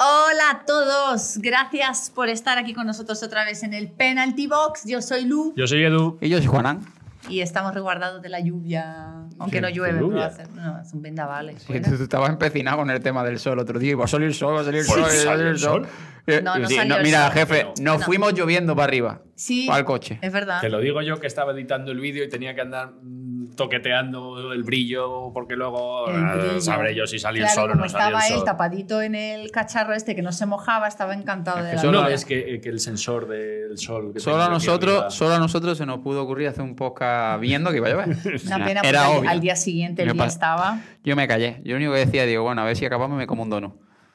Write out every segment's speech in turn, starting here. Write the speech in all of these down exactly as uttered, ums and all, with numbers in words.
Hola a todos, gracias por estar aquí con nosotros otra vez en el Penalty Box. Yo soy Lu. Yo soy Edu. Y yo soy Juanan. Y estamos resguardados de la lluvia, aunque no llueve, pero va a hacer, no, es un vendavales. Sí, tú, tú estabas empecinado con el tema del sol otro día. Va a salir el sol, va a salir el sol, va a salir el sol. sol. No, no sí, salió no, el mira, sol, jefe, pero, nos no. fuimos lloviendo para arriba. Sí, para el coche. Es verdad. Te lo digo yo que estaba editando el vídeo y tenía que andar mm, toqueteando el brillo porque luego El brillo. eh, sabré yo si salía Claro, el sol o como no salía estaba el él sol. tapadito en el cacharro este que no se mojaba, estaba encantado de la Solo No vida. ves que, que el sensor del sol. Que Solo a, tenemos aquí nosotros, arriba- solo a nosotros se nos pudo ocurrir hacer un podcast viendo que iba a llover. Una pena porque Era al, obvio. al día siguiente el Me día pa- estaba... Yo me callé. Yo lo único que decía, digo, bueno, a ver si acabamos y me como un donut.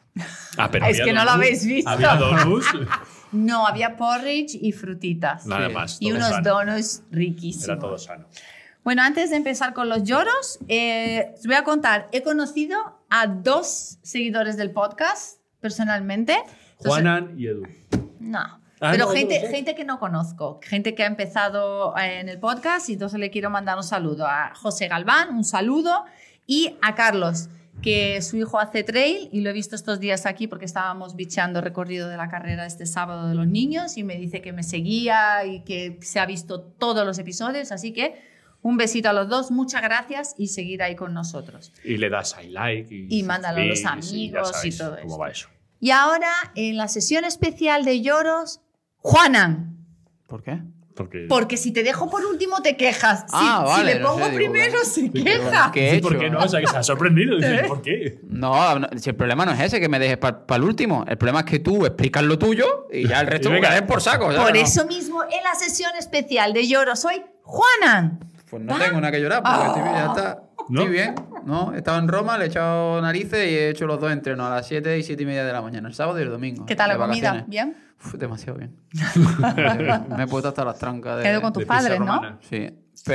Ah, pero Es había que no lo donuts. habéis visto. Había donuts. No, había porridge y frutitas. Nada Sí. más. Y todo unos sano. donuts riquísimos. Era todo sano. Bueno, antes de empezar con los lloros, eh, os voy a contar. He conocido a dos seguidores del podcast personalmente. Entonces- Juanan y Edu. No. Ah, Pero no, gente, no sé. gente que no conozco, gente que ha empezado eh, en el podcast y entonces le quiero mandar un saludo a José Galván, un saludo, y a Carlos, que su hijo hace trail y lo he visto estos días aquí porque estábamos bicheando recorrido de la carrera este sábado de los niños y me dice que me seguía y que se ha visto todos los episodios, así que un besito a los dos, muchas gracias y seguir ahí con nosotros. Y le das I like. Y, Y mándalo a los suscribís y ya amigos y sabéis todo cómo esto. va eso. Y ahora, en la sesión especial de lloros, Juanan. ¿Por qué? Porque, Porque si te dejo por último te quejas. Si, Ah, si vale, le no pongo sé, digo, primero bueno. se Sí, queja. ¿Qué he Sí, hecho? ¿por qué no? O sea, que se ha sorprendido. Dice, ¿Eh? ¿por qué? No, no, si el problema no es ese, que me dejes para el último. El problema es que tú explicas lo tuyo y ya el resto Y me venga. caes por saco. ¿sabes? Por No. eso mismo, en la sesión especial de lloros hoy, Juanan. Pues no tengo nada que llorar, porque estoy bien, ya está. ¿No? Estoy bien, ¿no? He estado en Roma, le he echado narices y he hecho los dos entrenos a las siete y siete y media de la mañana, el sábado y el domingo. ¿Qué tal la de comida? vacaciones. ¿Bien? Uf, demasiado bien. Me he puesto hasta las trancas de... Quedo con tus de pizza padres, ¿no? romana. Sí,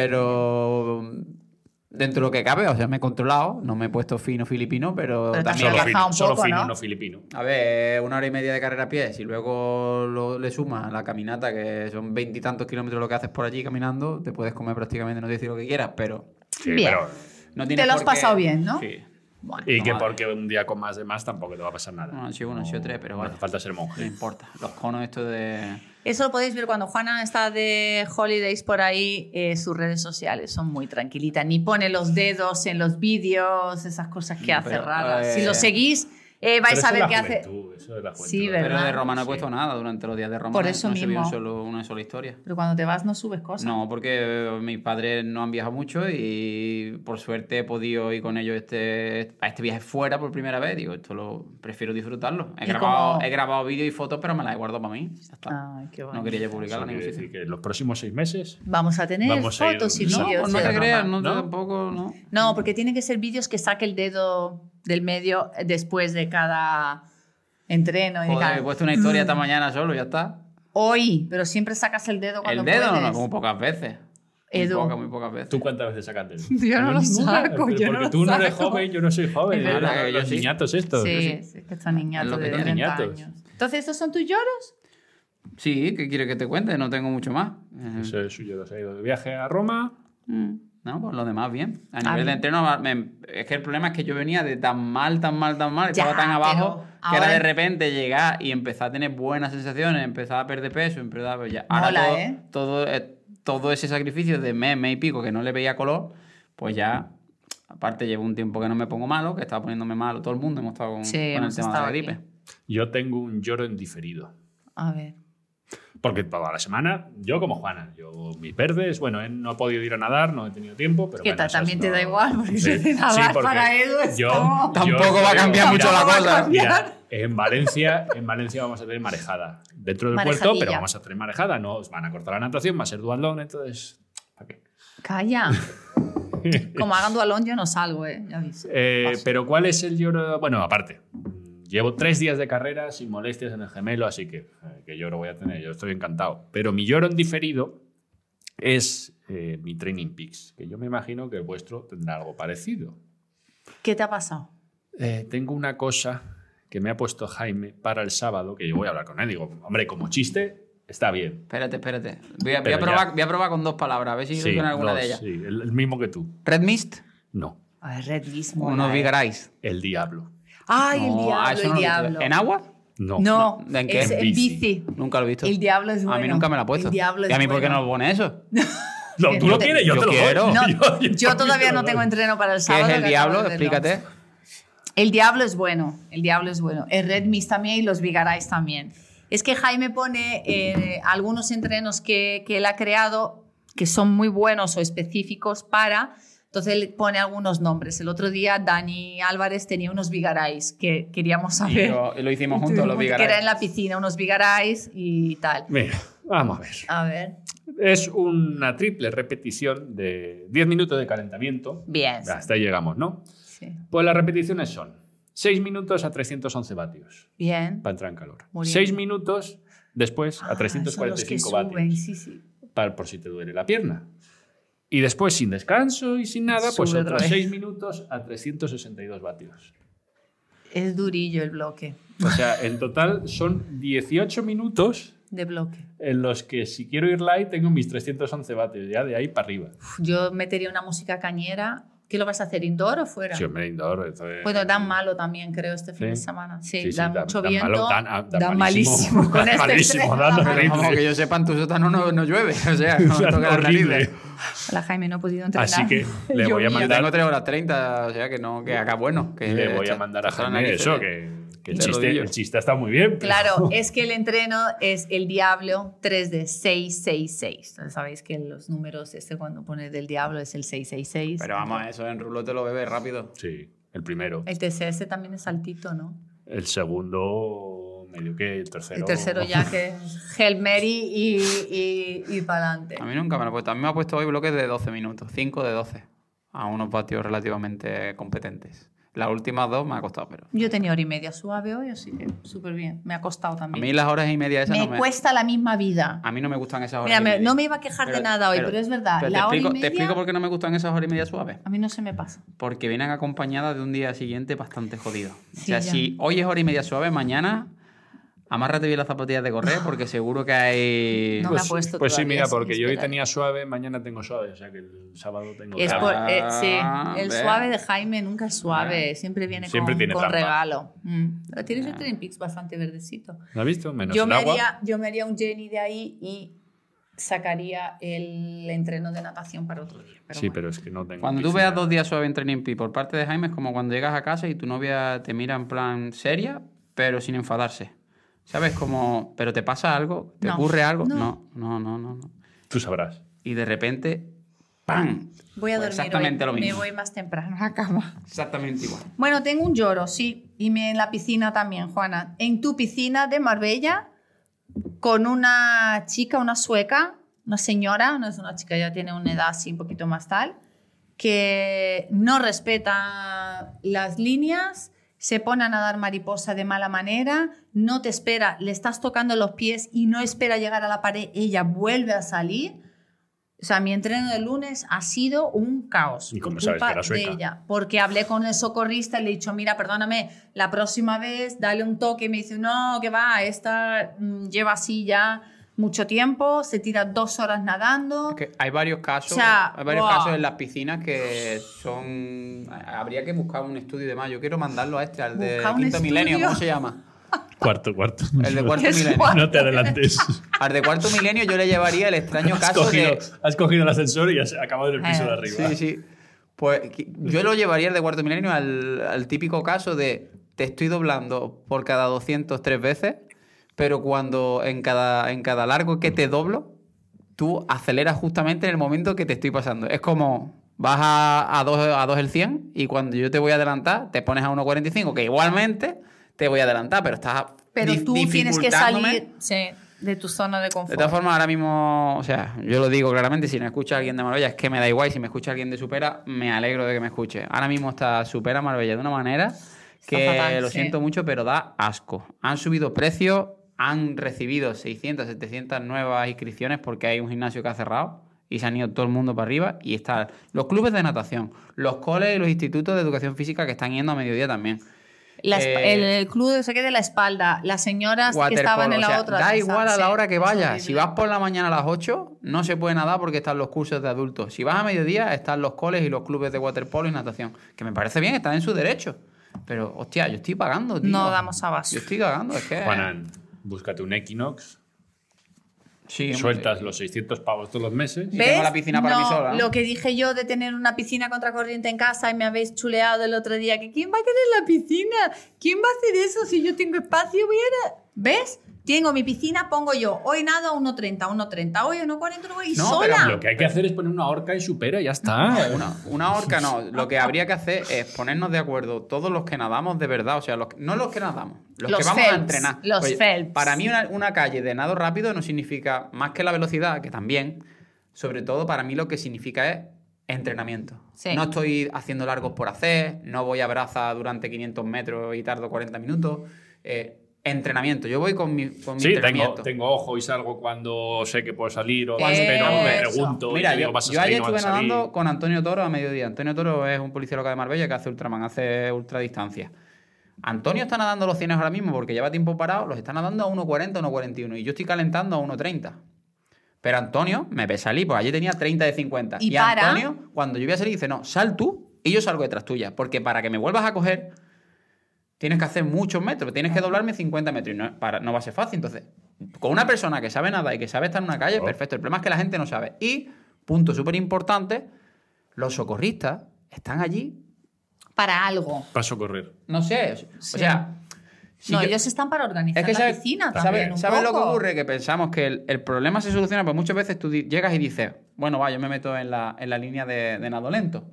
pero dentro de lo que cabe, o sea, me he controlado, no me he pusto fino filipino, pero, Pero también... también Solo has fino, bajado un solo poco, fino, ¿no? no filipino. A ver, una hora y media de carrera a pie, si luego lo- le sumas la caminata, que son veintitantos kilómetros lo que haces por allí caminando, te puedes comer prácticamente, no te decir lo que quieras, pero Sí, Bien. pero... no Te tienes lo has por qué- pasado bien, ¿no? Sí. Bueno. Y que madre. porque un día con más de más tampoco te va a pasar nada. No, han sido uno, han sido tres, pero no vale. hace falta ser No monje. importa. Los conos estos de... Eso lo podéis ver cuando Juana está de holidays por ahí. Eh, sus redes sociales son muy tranquilitas. Ni pone los dedos en los vídeos, esas cosas que No, hace pero, raras. eh, Si lo seguís, eh, vais Pero a eso ver es qué la hace. juventud, eso es la juventud. Sí, Pero ¿verdad? de Roma no he Sí. puesto nada durante los días de Roma. Por no- eso no subí mismo. un solo- una sola historia. Pero cuando te vas no subes cosas. No, porque mis padres no han viajado mucho y por suerte he podido ir con ellos este, a este viaje fuera por primera vez. Digo, esto lo prefiero disfrutarlo. He ¿Y grabado, cómo? he grabado vídeos y fotos, pero me las he guardado para mí. Ya está. Ay, qué No bueno. quería ya Eso publicarlas en quiere ningún decir sitio. que los próximos seis meses Vamos a tener Vamos a ir fotos y No, No, vídeos. pues no de te Roma. creas, no, ¿no? tampoco, no. No, porque tienen que ser vídeos que saque el dedo del medio después de cada entreno. y de Joder, cada- he puesto una historia esta mañana solo, ya está. Hoy, pero siempre sacas el dedo cuando El dedo puedes. no, como pocas veces. Muy Edu. pocas, muy pocas veces. ¿Tú cuántas veces sacaste? Yo no lo ninguna, saco, pero yo no porque lo tú no eres saco. joven, yo no soy joven. Es ¿eh? verdad. Los Yo sí. niñatos estos. Sí, sí, que están niñatos Es lo que de tiene. treinta Niñatos. años. Entonces, ¿estos son tus lloros? Sí, ¿qué quieres que te cuente? No tengo mucho más. Eh, Eso es suyo. Se ha ido de viaje a Roma. Mm, No, pues lo demás bien. A Ah, nivel de bien. entreno, me- es que el problema es que yo venía de tan mal, tan mal, tan mal, Ya, estaba tan abajo, pero que era ahora- de repente llegar y empezar a tener buenas sensaciones, empezar a perder peso, empezar a... Ya, Mola, ahora todo, ¿eh? todo, eh, todo ese sacrificio de mes, mes y pico que no le veía color, pues ya... Aparte llevo un tiempo que no me pongo malo, que estaba poniéndome malo todo el mundo, hemos estado con, Sí, con el hemos tema de estado la aquí. gripe. Yo tengo un lloro en diferido. A ver. Porque toda la semana, yo como Juana, yo mis verdes, bueno, eh, no he podido ir a nadar, no he tenido tiempo, pero Que bueno, ta- esas también te no- da igual, porque Sí, eso de nadar sí, porque para Edu es yo- como- yo Tampoco va a creo- cambiar mucho la Tampoco va a cosa. cambiar. Mira, en Valencia, en Valencia vamos a tener marejada dentro del puerto, Marejadilla. pero vamos a tener marejada, no os van a cortar la natación, va a ser dualdón, entonces ¿para qué? Calla. Como hagan dualón, yo no salgo, ¿eh? Ya aviso. Eh, Paso. pero ¿cuál es el lloro? Bueno, aparte, mm, llevo tres días de carrera sin molestias en el gemelo, así que eh, ¿qué lloro voy a tener? Yo estoy encantado. Pero mi lloro en diferido es eh, mi Training Peaks, que yo me imagino que el vuestro tendrá algo parecido. ¿Qué te ha pasado? Eh, tengo una cosa que me ha puesto Jaime para el sábado, que yo voy a hablar con él. Digo, hombre, como chiste, está bien. Espérate, espérate. Voy a, voy a Pero probar, ya. voy a probar con dos palabras, a ver si Sí, con alguna dos, de ellas. sí, el, el mismo que tú. Red Mist No, A ver, Red Bull o unos mola, ¿eh? Big Eyes. el diablo. Ay, el No, diablo, ah, eso el no lo he visto. diablo. ¿En agua? No. No, ¿En qué? es En el bici. bici. Nunca lo he visto. El diablo es bueno. A mí nunca me lo ha puesto. El diablo es ¿Y a mí por qué bueno. no lo pone eso? No, tú lo te- quieres, yo, yo te lo quiero. doy. No, Yo- yo, yo todavía te lo no tengo doy. entreno para el ¿Qué sábado. es el que diablo? acabo de verlo. Explícate. El diablo es bueno, el diablo es bueno. El Red Mist también y los Vigarais también. Es que Jaime pone eh, algunos entrenos que, que él ha creado que son muy buenos o específicos para... Entonces él pone algunos nombres. El otro día Dani Álvarez tenía unos Vigarais que queríamos Y saber. lo, y lo hicimos juntos, los Que era Vigarais. en la piscina, unos Vigarais y tal. Mira, vamos a ver. A ver. Es una triple repetición de diez minutos de calentamiento. Bien. Hasta ahí llegamos, ¿no? Sí. Pues las repeticiones son seis minutos a trescientos once vatios Bien. para entrar en calor. Muy bien. seis minutos después a Ah, trescientos cuarenta y cinco son los que suben, vatios. sí, sí. Para, por si te duele la pierna. Y después, sin descanso y sin nada, pues Sube otra otros vez. seis minutos a trescientos sesenta y dos vatios. Es durillo el bloque. O sea, en total son dieciocho minutos De bloque. en los que si quiero ir light tengo mis trescientos once vatios, ya de ahí para arriba. Uf, yo metería una música cañera. ¿Qué lo vas a hacer, indoor o fuera? Sí, hombre, indoor, esto es- Bueno, dan malo también, creo, este fin Sí. de semana. Sí, Sí, sí, dan dan- mucho dan viento. malo, dan- ah, dan dan malísimo. malísimo. Con Dan este malísimo, estreno, dan dan horrible. Como que yo sepa, en tu sótano no, no llueve. O sea, no me toca las horrible. narices. Hola, Jaime, no he podido entrenar. Así que le voy a Llovía. Yo mandar- tengo tres horas treinta, o sea que no, que acá bueno. Que Le voy a echa- mandar a echa las Jaime narices, eso, ¿eh? que, que el, De chiste, rodillo. el chiste está muy bien. pero- Claro, es que el entreno es el diablo tres de seis seis seis. Entonces, sabéis que los números, este cuando pones del diablo es el seis seis seis. Pero vamos, eso en rulo te lo bebes rápido. Sí, el primro. El T C S también es altito, ¿no? El segundo, medio que el tercero. El tercero ya que es Hail Mary y, y, y para adelante. A mí nunca me lo ha puesto. A mí me ha puesto hoy bloques de doce minutos, cinco de doce, a unos vatios relativamente competentes. Las últimas dos me ha costado, pero... Yo tenía hora y media suave hoy, así que súper bien. Me ha costado A también. mí las horas y media esas me, no me... cuesta la misma vida. A mí no me gustan esas horas Mira, y me- media. no me iba a quejar de nada hoy, pero, es verdad. pero te, la hora explico, y te media explico por qué no me gustan esas horas y media suaves. a mí no se me pasa. Porque vienen acompañadas de un día siguiente bastante jodido. Sí, o sea, ya. si hoy es hora y media suave, mañana amárrate bien las zapatillas de correr porque seguro que hay... No me ha puesto Pues sí, todavía, mira, sí, porque yo hoy espera. tenía suave, mañana tengo suave, o sea que el sábado tengo Es suave. por, eh, sí, Ah, el ve. suave de Jaime nunca es suave, siempre viene Siempre con, tiene con trampa. regalo. Mm. Pero tienes el Twin Peaks bastante verdecito. ¿Lo has visto? Menos Yo el me, agua. haría, yo me haría un Jenny de ahí y sacaría el entreno de natación para otro día. Pero sí, bueno. pero es que no tengo. Cuando tú piscina. veas dos días suave en Training Peak por parte de Jaime es como cuando llegas a casa y tu novia te mira en plan seria, pero sin enfadarse. ¿Sabes? Como, pero te pasa algo, te No. ocurre algo. No. No, no, no, no. no. Tú sabrás. Y de repente, ¡pam! Voy a Pues dormir exactamente hoy. lo mismo. Me voy más temprano a la cama. Exactamente igual. Bueno, tengo un lloro, sí. Y me, en la piscina también, Juana. En tu piscina de Marbella, con una chica, una sueca, una señora, no es una chica, ya tiene una edad así un poquito más tal, que no respeta las líneas, se pone a nadar mariposa de mala manera, no te espera, le estás tocando los pies y no espera llegar a la pared, ella vuelve a salir. O sea, mi entreno del lunes ha sido un caos. ¿Y cómo por sabes culpa que era sueca? de ella. Porque hablé con el socorrista y le he dicho, mira, perdóname, la próxima vez dale un toque. Y me dice, no, que va, esta mm, lleva así ya mucho tiempo, se tira dos horas nadando. Es que hay varios casos, O sea, hay varios wow. casos en las piscinas que son... Habría que buscar un estudio de más. Yo quiero mandarlo a este, al de ¿Buscar un Quinto Milenio, estudio? ¿cómo se llama? Cuarto, cuarto. El de Cuarto Es Milenio. guay. No te adelantes. Al de Cuarto Milenio yo le llevaría el extraño Has caso cogido, de... has cogido el ascensor y has acabado en el piso Eh, de arriba. Sí, sí. Pues qui- yo lo llevaría el de Cuarto Milenio al, al típico caso de te estoy doblando por cada doscientos tres veces, pero cuando en cada, en cada largo que te doblo, tú aceleras justamente en el momento que te estoy pasando. Es como vas a, a, dos, a dos el cien y cuando yo te voy a adelantar, te pones a uno cuarenta y cinco, que igualmente te voy a adelantar, pero estás Pero di- tú tienes que dificultándome. salir sí, de tu zona de De confort. todas formas, ahora mismo, o sea, yo lo digo claramente, si me escucha alguien de Marbella, es que me da igual, si me escucha alguien de Supera, me alegro de que me escuche. Ahora mismo está Supera Marbella de una manera que fatal, lo sí. siento mucho, pero da asco. Han subido precios, han recibido seiscientas, setecientas nuevas inscripciones porque hay un gimnasio que ha cerrado y se han ido todo el mundo para arriba y están los clubes de natación, los coles y los institutos de educación física que están yendo a mediodía también. La esp- Eh, el, el club de saque de la espalda, las señoras que Waterpolo, estaban en la o sea, otra. da esa, igual a la sí, hora que es vayas. horrible. Si vas por la mañana a las ocho, no se puede nadar porque están los cursos de adultos. Si vas a mediodía, están los coles y los clubes de waterpolo y natación. Que me parece bien, están en su derecho. Pero, hostia, yo estoy pagando, tío. No damos abasto. Yo estoy pagando, es que... Juanan, búscate un Equinox, Sí, hombre. sueltas los seiscientos pavos todos los meses. Y tengo la piscina para no, mí sola, ¿no? Lo que dije yo de tener una piscina contracorriente en casa y me habéis chuleado el otro día, que ¿quién va a querer la piscina? ¿Quién va a hacer eso si yo tengo espacio? Voy a... ¿Ves? Tengo mi piscina, pongo yo. Hoy nado a uno treinta, uno treinta. Hoy uno cuarenta, uno cuarenta y No, pero sola. Lo que hay que hacer es poner una horca y supera y ya está. Una, una horca no. Lo que habría que hacer es ponernos de acuerdo todos los que nadamos de verdad. O sea, los, no los que nadamos, los, Los que vamos Phelps, a entrenar. los Phelps. Para mí una, una calle de nado rápido no significa más que la velocidad, que también. Sobre todo para mí lo que significa es entrenamiento. Sí. No estoy haciendo largos por hacer, no voy a braza durante quinientos metros y tardo cuarenta minutos. Eh, entrenamiento. Yo voy con mi, con mi Sí, tengo, entrenamiento. tengo ojo y salgo cuando sé que puedo salir o Eso. espero, me pregunto. Mira, y te digo, yo, ¿vas a yo salir, ayer no vas estuve a salir? nadando con Antonio Toro a mediodía. Antonio Toro es un policía local de Marbella que hace Ultraman, hace ultradistancia. Antonio está nadando los cien ahora mismo porque lleva tiempo parado, los está nadando a uno cuarenta, uno cuarenta y uno y yo estoy calentando a uno treinta. Pero Antonio me ve salir, pues allí tenía treinta de cincuenta. Y Y, para. Antonio, cuando yo voy a salir, dice, no, sal tú y yo salgo detrás tuya. Porque para que me vuelvas a coger, tienes que hacer muchos metros, tienes que doblarme cincuenta metros y no, para, no va a ser fácil. Entonces, con una persona que sabe nada y que sabe estar en una calle, Oh. perfecto. El problema es que la gente no sabe. Y, punto súper importante, los socorristas están allí, Para algo. Paso a correr. no sé, o Sí. sea... si no, yo- ellos están para organizar es que la sabes, piscina ¿sabes- también un ¿sabes lo que poco. ocurre? Que pensamos que el, el problema se soluciona, pues muchas veces tú di- llegas y dices, bueno, va, yo me meto en la, en la línea de, de nado lento.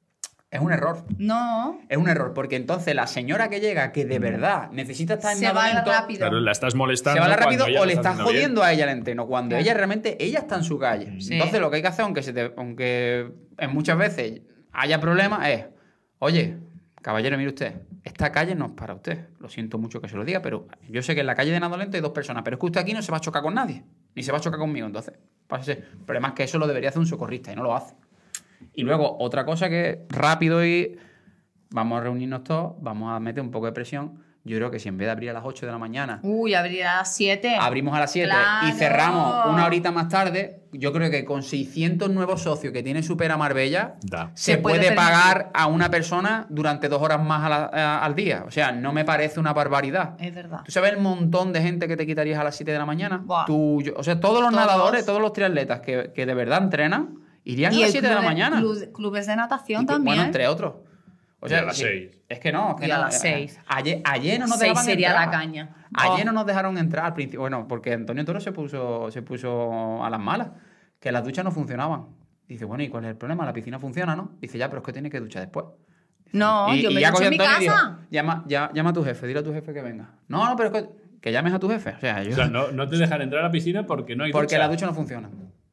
Es un error. No. Es un error, porque entonces la señora que llega, que de verdad necesita estar en Se nado va lento, rápido. Claro, la estás molestando. se va cuando rápido ella o lo le está estás haciendo bien. jodiendo a ella el entreno, cuando Claro. ella realmente, ella está en su calle. Sí. Entonces lo que hay que hacer, aunque, se te- aunque en muchas veces haya problemas, es, oye, caballero, mire usted, esta calle no es para usted. Lo siento mucho que se lo diga, pero yo sé que en la calle de nado lento hay dos personas, pero es que usted aquí no se va a chocar con nadie, ni se va a chocar conmigo, entonces, pásese. El problema es que eso lo debería hacer un socorrista y no lo hace. Y luego, otra cosa que rápido y vamos a reunirnos todos, vamos a meter un poco de presión. Yo creo que si en vez de abrir a las ocho de la mañana, Uy, abrirá a las siete. abrimos a las siete Claro. y cerramos una horita más tarde, yo creo que con seiscientos nuevos socios que tiene Supera Marbella, Da. se, Se puede puede, permitir. pagar a una persona durante dos horas más a la- a- al día. O sea, no me parece una barbaridad. Es verdad. ¿Tú sabes el montón de gente que te quitarías a las siete de la mañana? Buah. Tú, yo- o sea, todos los Todos. nadadores, todos los triatletas que, que de verdad entrenan, irían a Y las el siete de la club mañana. club- clubes de natación Y que- también. Bueno, entre otros. O sea, Y a las sí, seis. Es que no, es que Y a no, las eh, seis. Ayer, ayer no nos Seis dejaban sería entrar. la caña. Ayer Oh. no nos dejaron entrar al principio. Bueno, porque Antonio Toro se puso, se puso a las malas. Que las duchas no funcionaban. Dice, bueno, ¿y cuál es el problema? La piscina funciona, ¿no? Dice, ya, pero es que tiene que duchar después. No, y, yo y me ya ducho cogió en mi Antonio y dijo, casa. llama, ya- llama a tu jefe, dile a tu jefe que venga. No, no, pero es que, que llames a tu jefe. O sea, yo, O sea, no, no te dejan entrar a la piscina porque no hay porque ducha. las duchas no funcionan.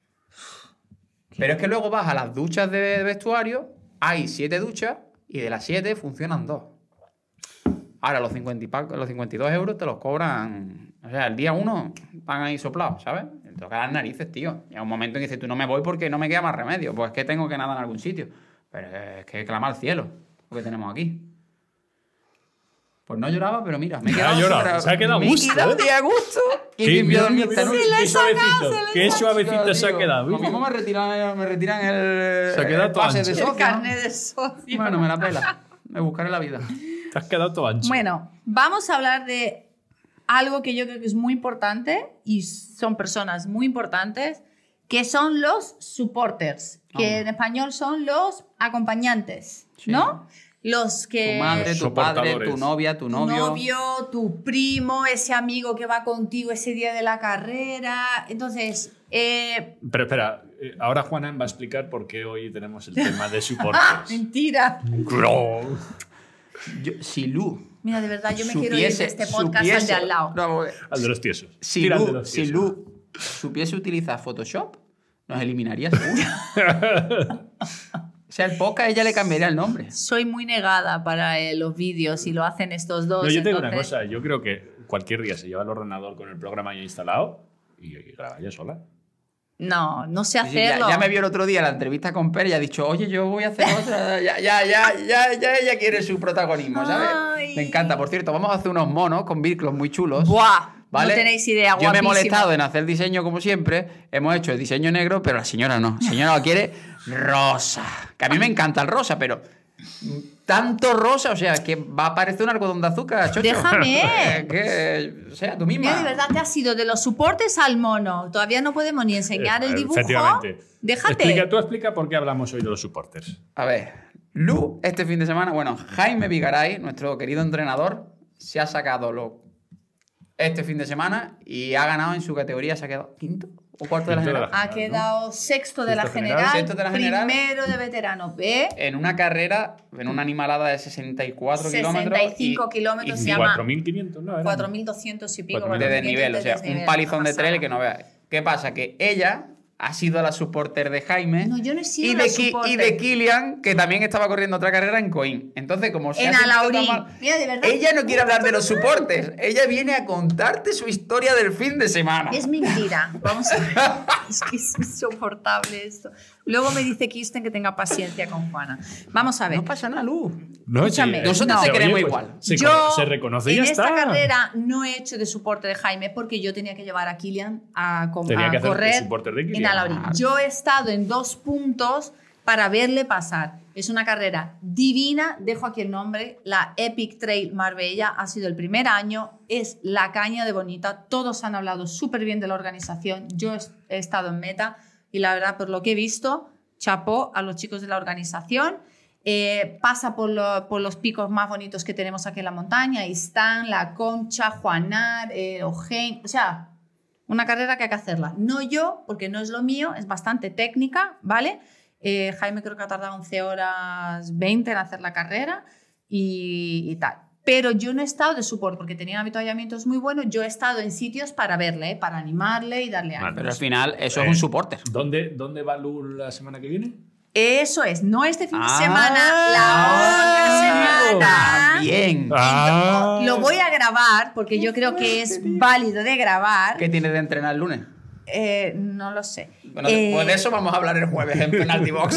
Pero es que luego vas a las duchas de vestuario, hay siete duchas y de las siete funcionan dos. Ahora, los cincuenta y, pa- los cincuenta y dos euros te los cobran. O sea, el día uno van ahí soplados, ¿sabes? Te toca las narices, tío. Y hay un momento en que dices, tú no me voy porque no me queda más remedio. Pues es que tengo que nadar en algún sitio. Pero es que clama al cielo lo que tenemos aquí. Pues no lloraba, pero mira, me he Ha quedado. llorado, súper- se ha quedado a me he gusto, quedado ¿eh? de a gusto. Y Qué, me voy a mira, dormir mira, esta mira, noche. qué suavecito, qué suavecito se ha Tío, quedado. Lo mismo me retiran, me retiran el, Se ha quedado el todo pase ancho. de El socio. carnet de socio. Bueno, me la pela. Me buscaré la vida. Te has quedado todo ancho. Bueno, vamos a hablar de algo que yo creo que es muy importante y son personas muy importantes, que son los supporters, que Ah. en español son los acompañantes, Sí. ¿no? Los que... Tu madre, tu padre, Soportadores. tu novia, tu tu novio. novio, tu primo, ese amigo que va contigo ese día de la carrera. Entonces, eh, Pero espera, eh, ahora Juanan va a explicar por qué hoy tenemos el tema de supporters. mentira. Gro. Yo- si Lu Mira, de verdad, yo me quiero ir de supiese- este podcast al supiese- de al lado. No, porque Al de los tiesos. si Tira al de Lu, los si tiesos. Lu supiese utilizar Photoshop, nos eliminaría seguro. O sea, el podcast ella le cambiaría el nombre. Soy muy negada para eh, los vídeos y lo hacen estos dos. No, yo te digo una entonces- cosa, yo creo que cualquier día se lleva el ordenador con el programa ya instalado y, y graba ella sola. No, no sé Sí, sí, ya, hacerlo. ya me vio el otro día la entrevista con Per y ha dicho, oye, yo voy a hacer otra. Ya, ya, ya, ya, ya ella quiere su protagonismo, ¿sabes? Ay. Me encanta. Por cierto, vamos a hacer unos monos con Birklos muy chulos. ¡Buah! ¿Vale? No tenéis idea, Yo me he guapísimo. molestado en hacer diseño como siempre. Hemos hecho el diseño negro, pero la señora no. La señora lo quiere rosa. Que a mí me encanta el rosa, pero tanto rosa, o sea, que va a parecer un algodón de azúcar, chocho. Déjame. que, o sea, tú misma. Mira, de verdad te has ido de los soportes al mono. Todavía no podemos ni enseñar el dibujo. Efectivamente. Déjate. Explica, tú explica por qué hablamos hoy de los supporters. A ver, Lu, este fin de semana, bueno, Jaime Vigaray, nuestro querido entrenador, se ha sacado lo, este fin de semana y ha ganado en su categoría, se ha quedado quinto o cuarto de la Quinto de la general. Ha quedado sexto de la Sexto general, general, sexto de la general. primero de veterano B, En una carrera, en una animalada de sesenta y cuatro kilómetros. sesenta y cinco kilómetros, y se llama cuatro mil quinientos, ¿no? Eran. cuatro mil doscientos y pico. cuatro mil de cuatro mil quinientos desnivel, o sea, de desnivel, un palizón una de trail pasada. que no veas. ¿Qué pasa? Que ella ha sido la supporter de Jaime No, yo no he sido y, la de Ki- supporter. y de Kilian, que también estaba corriendo otra carrera en Coín. Entonces, como se En ha sentido Alaurín. tan mal- Mira, de verdad. ella no quiere hablar de los soportes, ella viene a contarte su historia del fin de semana. Es mentira. Vamos a ver. Es que es insoportable esto. Luego me dice Kirsten que tenga paciencia con Juana. Vamos a ver. No pasa nada, Lu. No, Escúchame, sí, nosotros te oye, queremos pues, igual. Se, Yo, cono- se reconoce y en ya esta está. carrera no he hecho de soporte de Jaime porque yo tenía que llevar a Kilian a, com- Tenía a que hacer de correr supporter de en Kilian. Alaurín. Yo he estado en dos puntos para verle pasar. Es una carrera divina. Dejo aquí el nombre. La Epic Trail Marbella ha sido el primer año. Es la caña de bonita. Todos han hablado súper bien de la organización. Yo he he estado en meta y la verdad, por lo que he visto, chapó a los chicos de la organización. Eh, pasa por, lo- por los picos más bonitos que tenemos aquí en la montaña, Istán, La Concha, Juanar, eh, Ojén, o sea, una carrera que hay que hacerla. No yo, porque no es lo mío, es bastante técnica, ¿vale? Eh, Jaime creo que ha tardado once horas veinte en hacer la carrera y, y tal. Pero yo no he estado de support porque tenía avituallamientos muy buenos, yo he estado en sitios para verle, ¿eh? Para animarle y darle ánimo. Pero al final, eso Eh, es un supporter. ¿Dónde, ¿Dónde va Lu la semana que viene? Eso es, no este fin de Ah, semana, la otra semana. Bien. Ah. Lo voy a grabar porque yo creo que es válido de grabar. ¿Qué tienes de entrenar el lunes? Eh, no lo sé. Bueno, Eh, pues de eso vamos a hablar el jueves en Penalty Box.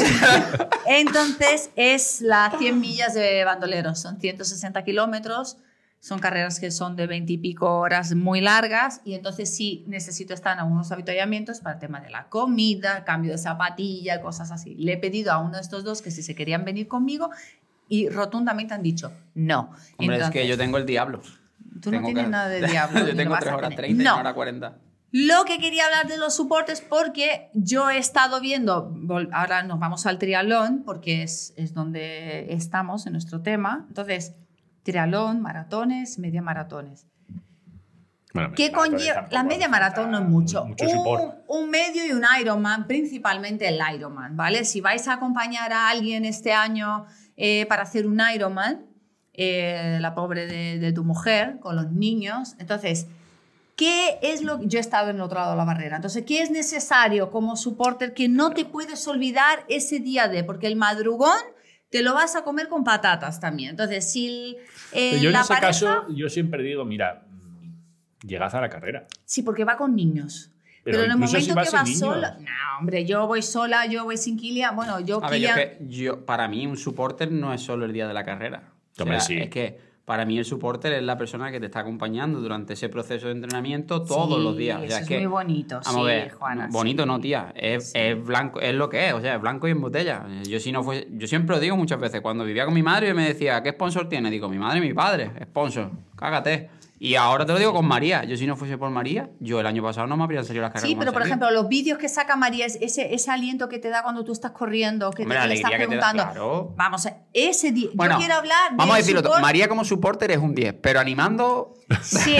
Entonces es las cien millas de bandoleros, son ciento sesenta kilómetros, son carreras que son de veinte y pico horas muy largas y entonces sí necesito estar en algunos avituallamientos para el tema de la comida, cambio de zapatilla, cosas así. Le he pedido a uno de estos dos que si se querían venir conmigo y rotundamente han dicho no. Hombre, Entonces, es que yo tengo el diablo. Tú no Tengo tienes que- nada de diablo. ni Yo lo tengo vas a tres horas tener. treinta y No. una hora cuarenta. Lo que quería hablar de los soportes porque yo he estado viendo, vol- ahora nos vamos al triatlón porque es, es donde estamos en nuestro tema. Entonces, triatlón, maratones, media maratones. Bueno, ¿Qué maratones conlleva? tampoco La media hace maratón no es falta mucho. Mucho support. Un, un medio y un Ironman, principalmente el Ironman, ¿vale? Si vais a acompañar a alguien este año eh, para hacer un Ironman, eh, la pobre de, de tu mujer, con los niños, entonces... ¿Qué es lo que yo he estado en el otro lado de la barrera? Entonces, ¿qué es necesario como supporter que no te puedes olvidar ese día de? Porque el madrugón te lo vas a comer con patatas también. Entonces, si el, eh, Yo en la ese pareja, caso, yo siempre digo, mira, mm, llegad a la carrera. sí, porque va con niños. Pero Pero, en el incluso si momento vas que vas sin sola, niños. no, hombre, yo voy sola, yo voy sin Kilian. Bueno, yo A ver, yo, Kilian, es que yo, para mí un supporter no es solo el día de la carrera. O Hombre, sea, sí. Es que para mí el supporter es la persona que te está acompañando durante ese proceso de entrenamiento todos sí, los días. O sea, eso es es que, muy bonito, vamos sí, a ver, Juana. bonito sí. no, tía. Es, es blanco, es lo que es. O sea, es blanco y en botella. Yo si no fuese, yo siempre lo digo muchas veces. Cuando vivía con mi madre me decía, ¿qué sponsor tiene? Digo, mi madre y mi padre. Sponsor. Cágate. Y ahora te lo digo con María. Yo si no fuese por María, yo el año pasado no me habrían salido las carreras. Sí, como pero han por salido. ejemplo, los vídeos que saca María, es ese, ese aliento que te da cuando tú estás corriendo, que Hombre, te, la le estás alegría que te da, preguntando. claro. Vamos, ese día. Bueno, yo quiero hablar de. vamos a decirlo todo. María como supporter es un diez, pero animando... Sí.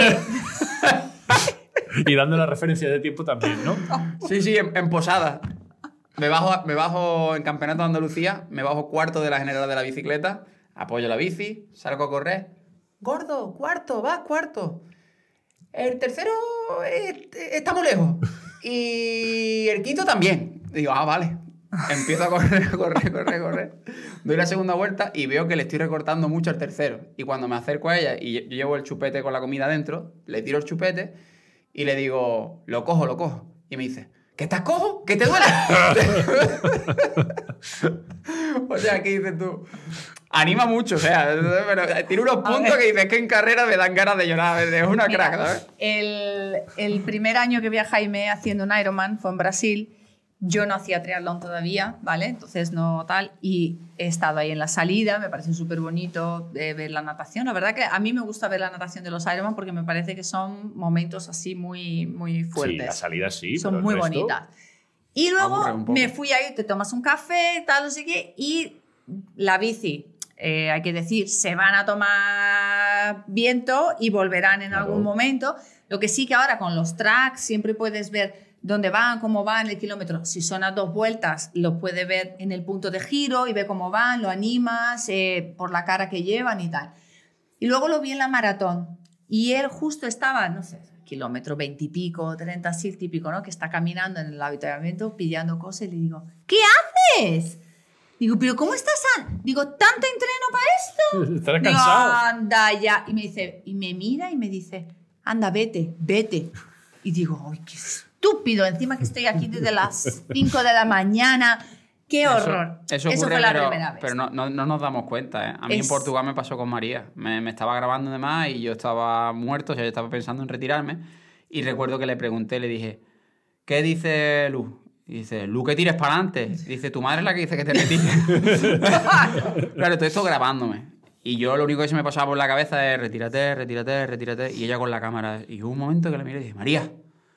Y dando la referencia de tiempo también, ¿no? Sí, sí, en, en posada. Me bajo, me bajo en Campeonato de Andalucía, me bajo cuarto de la general de la bicicleta, apoyo la bici, salgo a correr. Gordo, cuarto, vas cuarto. El tercero eh, está muy lejos. Y el quinto también. Digo, ah, vale. Empiezo a correr, correr, correr, correr. Doy la segunda vuelta y veo que le estoy recortando mucho al tercero. Y cuando me acerco a ella y yo llevo el chupete con la comida dentro, le tiro el chupete y le digo, lo cojo, lo cojo. Y me dice, ¿que estás cojo? ¿Que te duele? O sea, ¿qué dices tú? Anima mucho, o sea, pero tiene unos puntos ver. que dices que en carrera me dan ganas de llorar. Es una Mira, crack, ¿sabes? El, el primer año que vi a Jaime haciendo un Ironman fue en Brasil. Yo no hacía triatlón todavía, ¿vale? Entonces no tal. Y he estado ahí en la salida, me parece súper bonito eh, ver la natación. La verdad que a mí me gusta ver la natación de los Ironman porque me parece que son momentos así muy, muy fuertes. Sí, la salida sí. Son pero el muy resto... bonitas. Y Aburre luego un poco. me fui ahí, te tomas un café, tal, no sé qué, y la bici, eh, hay que decir, se van a tomar viento y volverán en Claro. algún momento. Lo que sí que ahora con los tracks siempre puedes ver dónde van, cómo van, el kilómetro. Si son a dos vueltas, lo puedes ver en el punto de giro y ve cómo van, lo animas eh, por la cara que llevan y tal. Y luego lo vi en la maratón y él justo estaba, no sé, kilómetro veinte y pico, treinta, así típico, ¿no? Que está caminando en el habituamiento pidiendo cosas y le digo, ¿qué haces? Digo, ¿pero cómo estás? An-? Digo, ¿tanto entreno para esto? Estarás Digo, cansado. anda ya. Y me dice, y me mira y me dice, anda, vete, vete. Y digo, ¡ay, qué estúpido! Encima que estoy aquí desde las cinco de la mañana. ¡Qué horror! Eso, eso ocurre, fue la pero, primera vez. pero no, no, no nos damos cuenta, ¿eh? A mí Es- en Portugal me pasó con María. Me, me estaba grabando y demás y yo estaba muerto, o sea, yo estaba pensando en retirarme. Y recuerdo que le pregunté, le dije, ¿qué dice Lu? Y dice, Lu, que tires para adelante. Dice, tu madre es la que dice que te retires. Claro, todo esto grabándome. Y yo lo único que se me pasaba por la cabeza es retírate, retírate, retírate. Y ella con la cámara. Y hubo un momento que la miré y dije, María,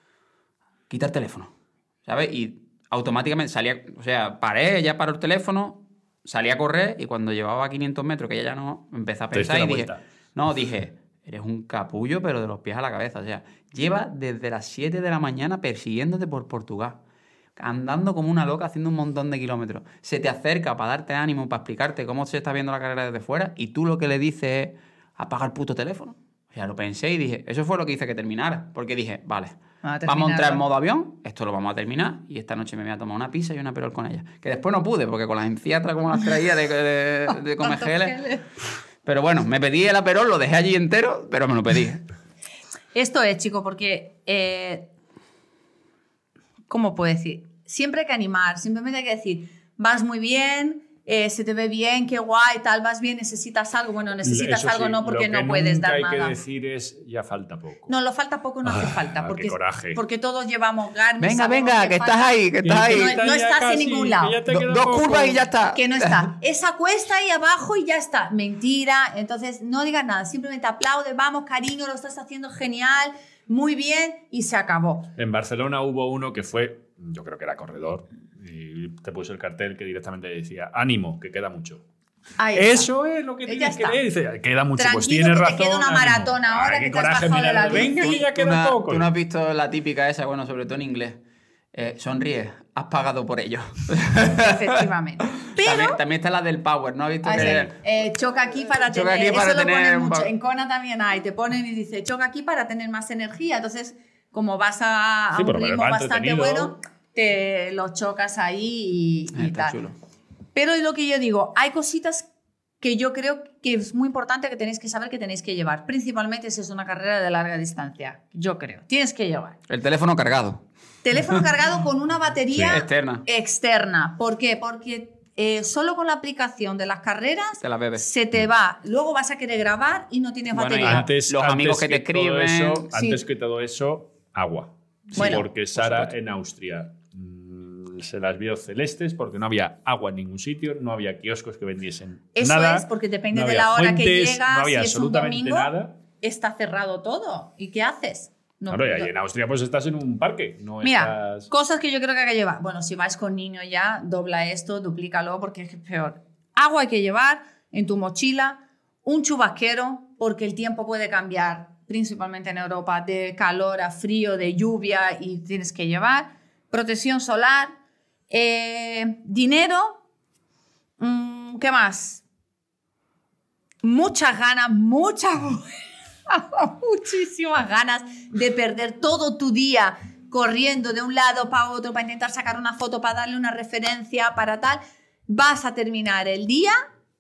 quita el teléfono. ¿Sabes? Y automáticamente salía, o sea, paré, ella paró el teléfono, salí a correr y cuando llevaba quinientos metros, que ella ya no, empecé a Te diste pensar y la dije, vuelta. no, dije, eres un capullo, pero de los pies a la cabeza. O sea, lleva desde las siete de la mañana persiguiéndote por Portugal, andando como una loca, haciendo un montón de kilómetros. Se te acerca para darte ánimo, para explicarte cómo se está viendo la carrera desde fuera y tú lo que le dices es, apaga el puto teléfono. O sea, lo pensé y dije, eso fue lo que hice que terminara. Porque dije, vale, Vamos a vamos a entrar en terminarlo. modo avión, esto lo vamos a terminar y esta noche me voy a tomar una pizza y una perol con ella. Que después no pude, porque con las encías como las traía de, de, de comer Tantos geles. geles. Pero bueno, me pedí el aperol, lo dejé allí entero, pero me lo pedí. Esto es, chico, porque... eh, ¿cómo puedo decir? Siempre hay que animar, simplemente hay que decir, vas muy bien, eh, se te ve bien, qué guay, tal, vas bien, necesitas algo. Bueno, necesitas Eso algo sí, no, porque lo que no puedes nunca dar hay nada. que decir es, ya falta poco. No, lo falta poco, no hace Ah, falta. qué Porque, coraje. porque todos llevamos ganas. Venga, sabemos venga, que estás falta, ahí, que estás ahí. No, no estás en ningún lado. Do- dos curvas y ya está. Que no está. Esa cuesta ahí abajo y ya está. Mentira. Entonces, no digas nada. Simplemente aplaude, vamos, cariño, lo estás haciendo genial, muy bien, y se acabó. En Barcelona hubo uno que fue, yo creo que era corredor, y te puso el cartel que directamente decía, ánimo, que queda mucho. Ahí está. Eso es lo que Ya tienes que está. leer. Dice, queda mucho, pues Tranquilo, tienes que te razón. queda una ánimo. maratón ahora Ay, que qué te has coraje, bajado de mira, la venga, bici. que ya ¿Tú queda no, poco. tú no has visto la típica esa, bueno, sobre todo en inglés. Eh, sonríe, has pagado por ello. Efectivamente. Pero... También, también está la del power, ¿no has visto? Ah, sí. que, Eh, choca aquí para Choca tener. aquí para eso lo tener ponen un mucho. pa- En Kona también hay. Te ponen y dice choca aquí para tener más energía. Entonces, como vas a, a Sí, un por lo menos ritmo va bastante entretenido. bueno, te lo chocas ahí y, y Está tal. chulo. Pero es lo que yo digo, hay cositas que yo creo que es muy importante que tenéis que saber que tenéis que llevar. Principalmente si es una carrera de larga distancia. Yo creo. Tienes que llevar. El teléfono cargado. Teléfono cargado con una batería Sí, externa. externa. ¿Por qué? Porque eh, solo con la aplicación de las carreras Te la bebes. se te va. Luego vas a querer grabar y no tienes Bueno, batería. y Antes, Los antes amigos que te todo escriben. eso- Sí. Antes que todo eso, agua. Bueno, porque por Sara supuesto. en Austria mm, se las vio celestes porque no había agua en ningún sitio, no había kioscos que vendiesen Eso nada. es, porque depende no de había la hora que fuentes, llegas, no había si es un absolutamente domingo, nada. está cerrado todo. ¿Y qué haces? No, Claro, y ahí no. en Austria pues estás en un parque, no Mira, estás... cosas que yo creo que hay que llevar. Bueno, si vais con niños ya, dobla esto, duplícalo porque es peor. Agua hay que llevar en tu mochila, un chubasquero porque el tiempo puede cambiar, principalmente en Europa, de calor a frío, de lluvia y tienes que llevar. Protección solar, eh, dinero, mm, ¿qué más? Muchas ganas, muchas... muchísimas ganas de perder todo tu día corriendo de un lado para otro para intentar sacar una foto, para darle una referencia, para tal, vas a terminar el día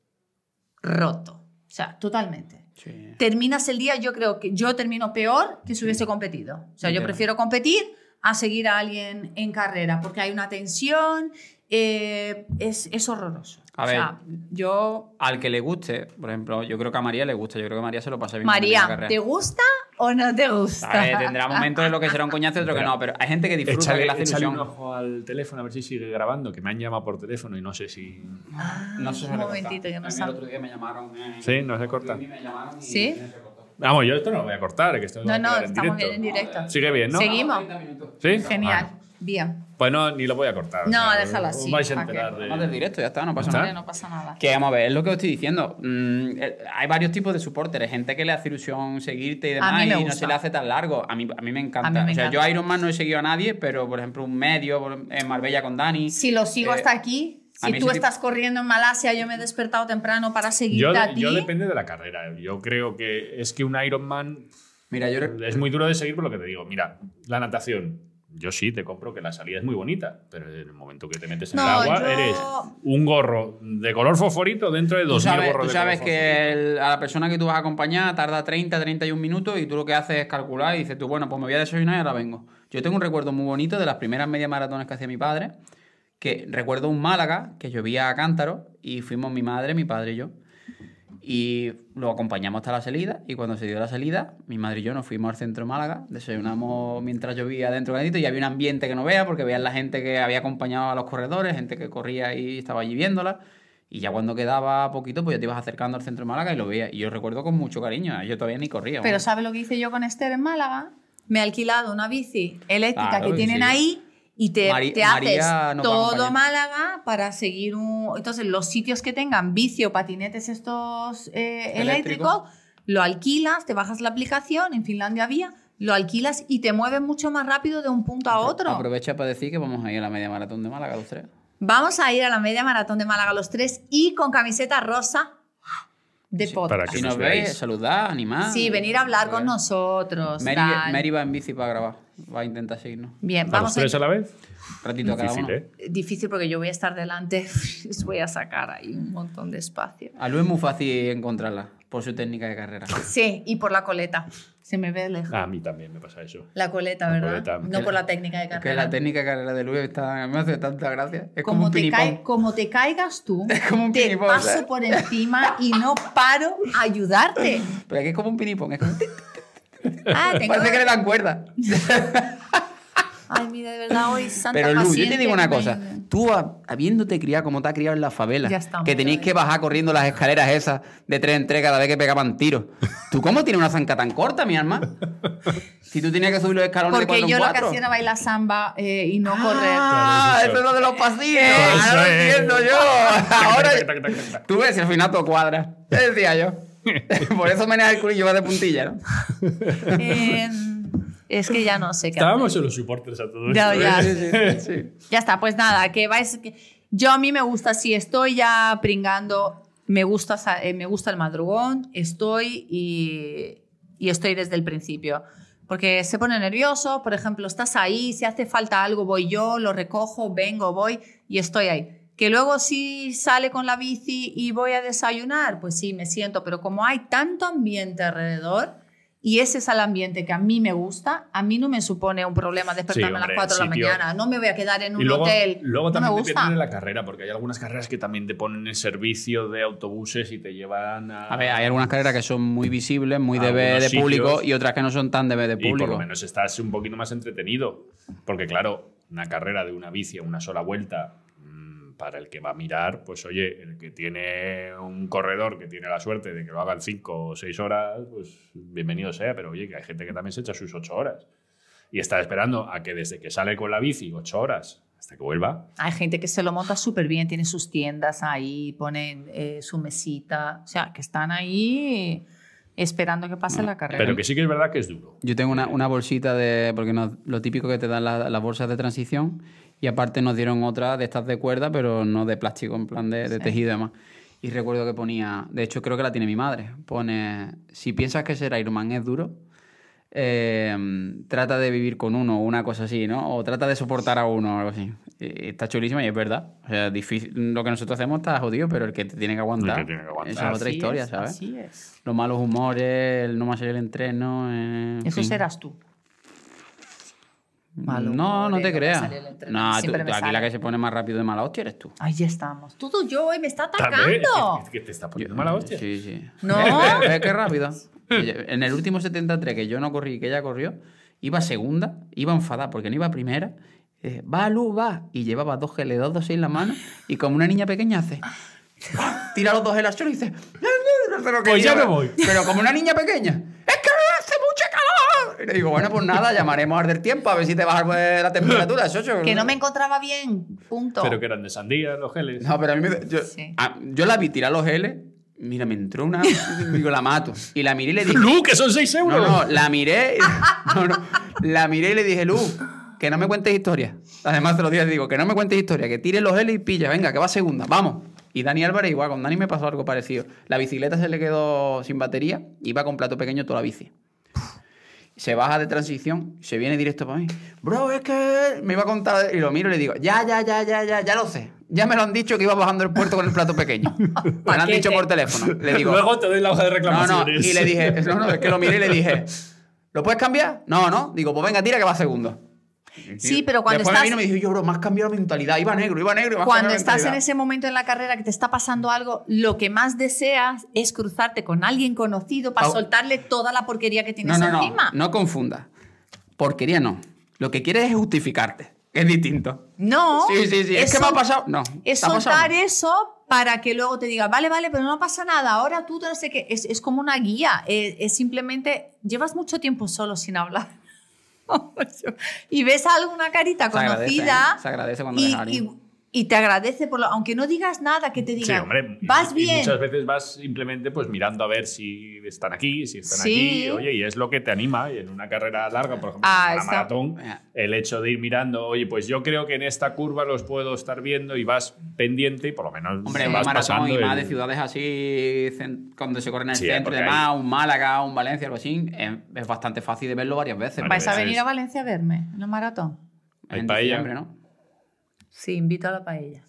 roto. O sea, totalmente. Sí. Terminas el día, yo creo que yo termino peor que si hubiese competido. O sea, yo Entiendo. prefiero competir a seguir a alguien en carrera porque hay una tensión, eh, es, es horroroso. A o ver. sea, yo... Al que le guste, por ejemplo, yo creo que a María le gusta, yo creo que María se lo pasa bien. con la María, carrera. ¿te gusta ¿O no te gusta? A ver, tendrá momentos en los que será un coñazo y otro que no, pero hay gente que disfruta, Échale, que le hace échale ilusión. un ojo al teléfono a ver si sigue grabando, que me han llamado por teléfono y no sé si... Ah, No se suele un momentito, cortar. que no A mí sabe. el otro día me llamaron. eh, Sí, no se corta. me llamaron y ¿Sí? no se cortó. Vamos, yo esto no lo voy a cortar, que esto No, va a no, quedar en estamos directo. bien en directo. Sigue bien, ¿no? Seguimos. treinta minutos. ¿Sí? Genial. Ah, Bien. pues no, ni lo voy a cortar. No, o sea, déjalo así, Os vais a ¿para qué? enterar de... Vamos del directo, ya está, no pasa ¿Está? nada. No pasa nada. Que vamos a ver, es lo que os estoy diciendo. Mm, eh, hay varios tipos de supporters. Gente que le hace ilusión seguirte y demás A mí me y no gusta. se le hace tan largo. A mí, a mí me encanta. A mí me o sea, encanta. yo Iron Man no he seguido a nadie, pero por ejemplo un medio, por- en Marbella con Dani. Si lo sigo Eh, hasta aquí, a si mí tú ese tipo- estás corriendo en Malasia, yo me he despertado temprano para seguirte Yo, a ti. yo depende de la carrera. Yo creo que es que un Ironman Mira, yo... re- es muy duro de seguir por lo que te digo. Mira, la natación. Yo sí te compro que la salida es muy bonita, pero en el momento que te metes en No, el agua yo- eres un gorro de color fosforito dentro de Tú dos mil sabes, gorros tú de sabes color que fosforito. el- a la persona que tú vas a acompañar tarda treinta, treinta y un minutos y tú lo que haces es calcular y dices tú, bueno, pues me voy a desayunar y ahora vengo. Yo tengo un recuerdo muy bonito de las primeras media maratones que hacía mi padre, que recuerdo un Málaga que llovía a cántaro y fuimos mi madre, mi padre y yo. Y lo acompañamos hasta la salida y cuando se dio la salida, mi madre y yo nos fuimos al centro de Málaga, desayunamos mientras llovía dentro de un y había un ambiente que no veas porque veías la gente que había acompañado a los corredores, gente que corría y estaba allí viéndola. Y ya cuando quedaba poquito, pues ya te ibas acercando al centro de Málaga y lo veías. Y yo recuerdo con mucho cariño, yo todavía ni corría. Pero vamos. ¿sabes lo que hice yo con Esther en Málaga? Me he alquilado una bici eléctrica Claro, que tienen sí. ahí y te, Mari- te haces María nos va a todo acompañar. Málaga para seguir un... Entonces, los sitios que tengan bici o patinetes estos eh, Eléctrico. eléctricos, lo alquilas, te bajas la aplicación, en Finlandia había, lo alquilas y te mueves mucho más rápido de un punto a otro. Aprovecha para decir que vamos a ir a la media maratón de Málaga los tres. Vamos a ir a la media maratón de Málaga los tres y con camiseta rosa de Sí, podcast. para que Si nos nos veis, veáis. saludad, animad. Sí, venir a hablar con nosotros. Mary, tal. Mary va en bici para grabar. Va a intentar seguirnos. Bien, ¿A los vamos a tres a la vez? Un ratito cada Difícil, uno. ¿eh? Difícil porque yo voy a estar delante, os voy a sacar ahí un montón de espacio. A Lu es muy fácil encontrarla por su técnica de carrera. Sí, y por la coleta. Se me ve lejos. A mí también me pasa eso. La coleta, La ¿verdad? coleta. No por la técnica de Es que carrera. la técnica de carrera de Lu está, me hace tanta gracia. Es como, como, un te pinipón. cae- como te caigas tú, Es como un te pinipón, paso ¿sabes? por encima y no paro a ayudarte. Pero aquí es como un pinipón. Es como... Ah, tengo- Parece que le dan cuerda. Ay, mira, de verdad, hoy santa Pero Lu, yo te paciente, digo una me- cosa. Tú, a- habiéndote criado como te has criado en la favela, Ya estamos, que tenéis ya que bajar corriendo las escaleras esas de tres en tres cada vez que pegaban tiros. ¿Tú cómo tienes una zanca tan corta, mi alma? Si tú tenías que subir los escalones de Porque cuatro en yo lo que cuatro. hacía era bailar samba eh, y no correr. Ah, Claro, eso es lo de los pasillos. Eso Ahora lo es. entiendo yo. Ahora Tac, tac, tac, tac, tac. tú ves si al final todo cuadra. Ya decía yo. Por eso meneas el culillo va de puntilla, ¿no? Eh, es que ya no sé qué Estábamos en los supporters a todo Ya, esto. ya. ¿eh? Sí, sí, sí. Ya está, pues nada, que vais. que- Yo a mí me gusta, si estoy ya pringando, me gusta, sa- eh, me gusta el madrugón, estoy y, y estoy desde el principio. Porque se pone nervioso, por ejemplo, estás ahí, si hace falta algo, voy yo, lo recojo, vengo, voy y estoy ahí. Que luego si sale con la bici y voy a desayunar, pues sí, me siento, pero como hay tanto ambiente alrededor y ese es el ambiente que a mí me gusta, a mí no me supone un problema despertarme Sí, a hombre, las cuatro de la sitio- mañana, no me voy a quedar en un Y luego, hotel, luego no también me depende gusta. de la carrera, porque hay algunas carreras que también te ponen en servicio de autobuses y te llevan a... A ver, hay algunas carreras que son muy visibles, muy de ver Algunos de público sitios. y otras que no son tan de ver de Y por público. lo menos estás un poquito más entretenido. Porque claro, una carrera de una bici a una sola vuelta, mmm, para el que va a mirar, pues oye, el que tiene un corredor que tiene la suerte de que lo hagan cinco o seis horas, pues bienvenido sea. Pero oye, que hay gente que también se echa sus ocho horas. Y está esperando a que desde que sale con la bici ocho horas hasta que vuelva. Hay gente que se lo monta súper bien, tiene sus tiendas ahí, ponen eh, su mesita, o sea, que están ahí esperando que pase la carrera. Pero que sí que es verdad que es duro. Yo tengo una, una bolsita de... Porque no- lo típico que te dan la- las bolsas de transición y aparte nos dieron otra de estas de cuerda, pero no de plástico, en plan de, de Sí. tejido y demás. Y recuerdo que ponía... De hecho, creo que la tiene mi madre. Pone... Si piensas que ser Ironman es duro, eh, trata de vivir con uno o una cosa así, ¿no? O trata de soportar a uno o algo así. Y está chulísima y es verdad. O sea, difícil, lo que nosotros hacemos está jodido, pero el que te tiene que aguantar... El que tiene que aguantar. Esa es otra Así historia, es, ¿sabes? Así es. Los malos humores, el no más el entreno... eh, en Eso fin. serás tú. Mal No, no humor, te eh, me creas. sale el entrenamiento. No, tú- Siempre me aquí sale. la que se pone más rápido de mala hostia eres tú. Ahí estamos. Todo yo hoy me está También, atacando. es que, es que te está poniendo mala hostia. Sí, sí. No. ¿Ves, ves qué rápido? En el último setenta y tres que yo no corrí y que ella corrió, iba segunda, iba enfadada porque no iba primera. Eh, va, Lu, va. Y llevaba dos geles, dos dosis en la mano y como una niña pequeña hace... Tira los dos geles al suelo y dice... Pero que Pues ya lleva- me voy. Pero como una niña pequeña. ¡Es que hace mucho calor! Y le digo, bueno, pues nada, llamaremos al del tiempo a ver si te baja pues, la temperatura, Socho. Que no me encontraba bien. Punto. Pero que eran de sandía los geles. No, pero a mí me... Yo, Sí. a- yo la vi tirar los geles. Mira, me entró una... Digo, la mato. Y la miré y le dije... ¡Lu, que son seis euros! No, no, la miré. y- No, no, la miré y le dije, Lu, que no me cuentes historias. Además, te lo dije, digo, que no me cuentes historias, que tires los geles y pilla, venga, que va segunda, vamos. Y Dani Álvarez, igual, con Dani me pasó algo parecido. La bicicleta se le quedó sin batería, iba con plato pequeño toda la bici. Se baja de transición, se viene directo para mí. Bro, es que me iba a contar. Y lo miro y le digo, ya, ya, ya, ya, ya, ya lo sé. Ya me lo han dicho que iba bajando el puerto con el plato pequeño. Me lo han Paquete. dicho por teléfono. Le digo, Luego te doy la hoja de no, reclamaciones. no, y le dije, no, no, es que lo miré y le dije, ¿lo puedes cambiar? No, no. Digo, pues venga, tira que va segundo. Sí, pero cuando Después estás- me vino y me dijo, yo, bro, me has cambiado la mentalidad. Iba negro, iba negro. y me has Cuando cambiado la estás en mentalidad. ese momento en la carrera que te está pasando algo, lo que más deseas es cruzarte con alguien conocido para Au. soltarle toda la porquería que tienes No, no, no, encima. no confundas. Porquería no. Lo que quieres es justificarte. Es distinto. No. Sí, sí, sí. Es, que me ha sol- pasado. No. Es ¿te ha pasado? soltar eso para que luego te diga, vale, vale, pero no pasa nada, ahora tú no sé qué. Es, es como una guía. Es, es simplemente, llevas mucho tiempo solo sin hablar. Y ves alguna carita Se agradece, conocida. ¿eh? Se agradece cuando y, ves a alguien. y- y te agradece, por lo, aunque no digas nada, que te Sí, diga, hombre. vas y- bien. Y muchas veces vas simplemente pues mirando a ver si están aquí, si están Sí. aquí. Oye, y es lo que te anima. Y en una carrera larga, por ejemplo, Ah, en una está- maratón, Ya. el hecho de ir mirando, oye, pues yo creo que en esta curva los puedo estar viendo y vas pendiente y por lo menos Hombre, vas un maratón pasando. y más el- de ciudades así, cen- cuando se corre en el Sí, centro y porque demás, hay- un Málaga, un Valencia, algo así, es, es bastante fácil de verlo varias veces. Vale. ¿Vais a veces. venir a Valencia a verme en el maratón? Hay En paella. diciembre, ¿no? Sí, invito a la paella.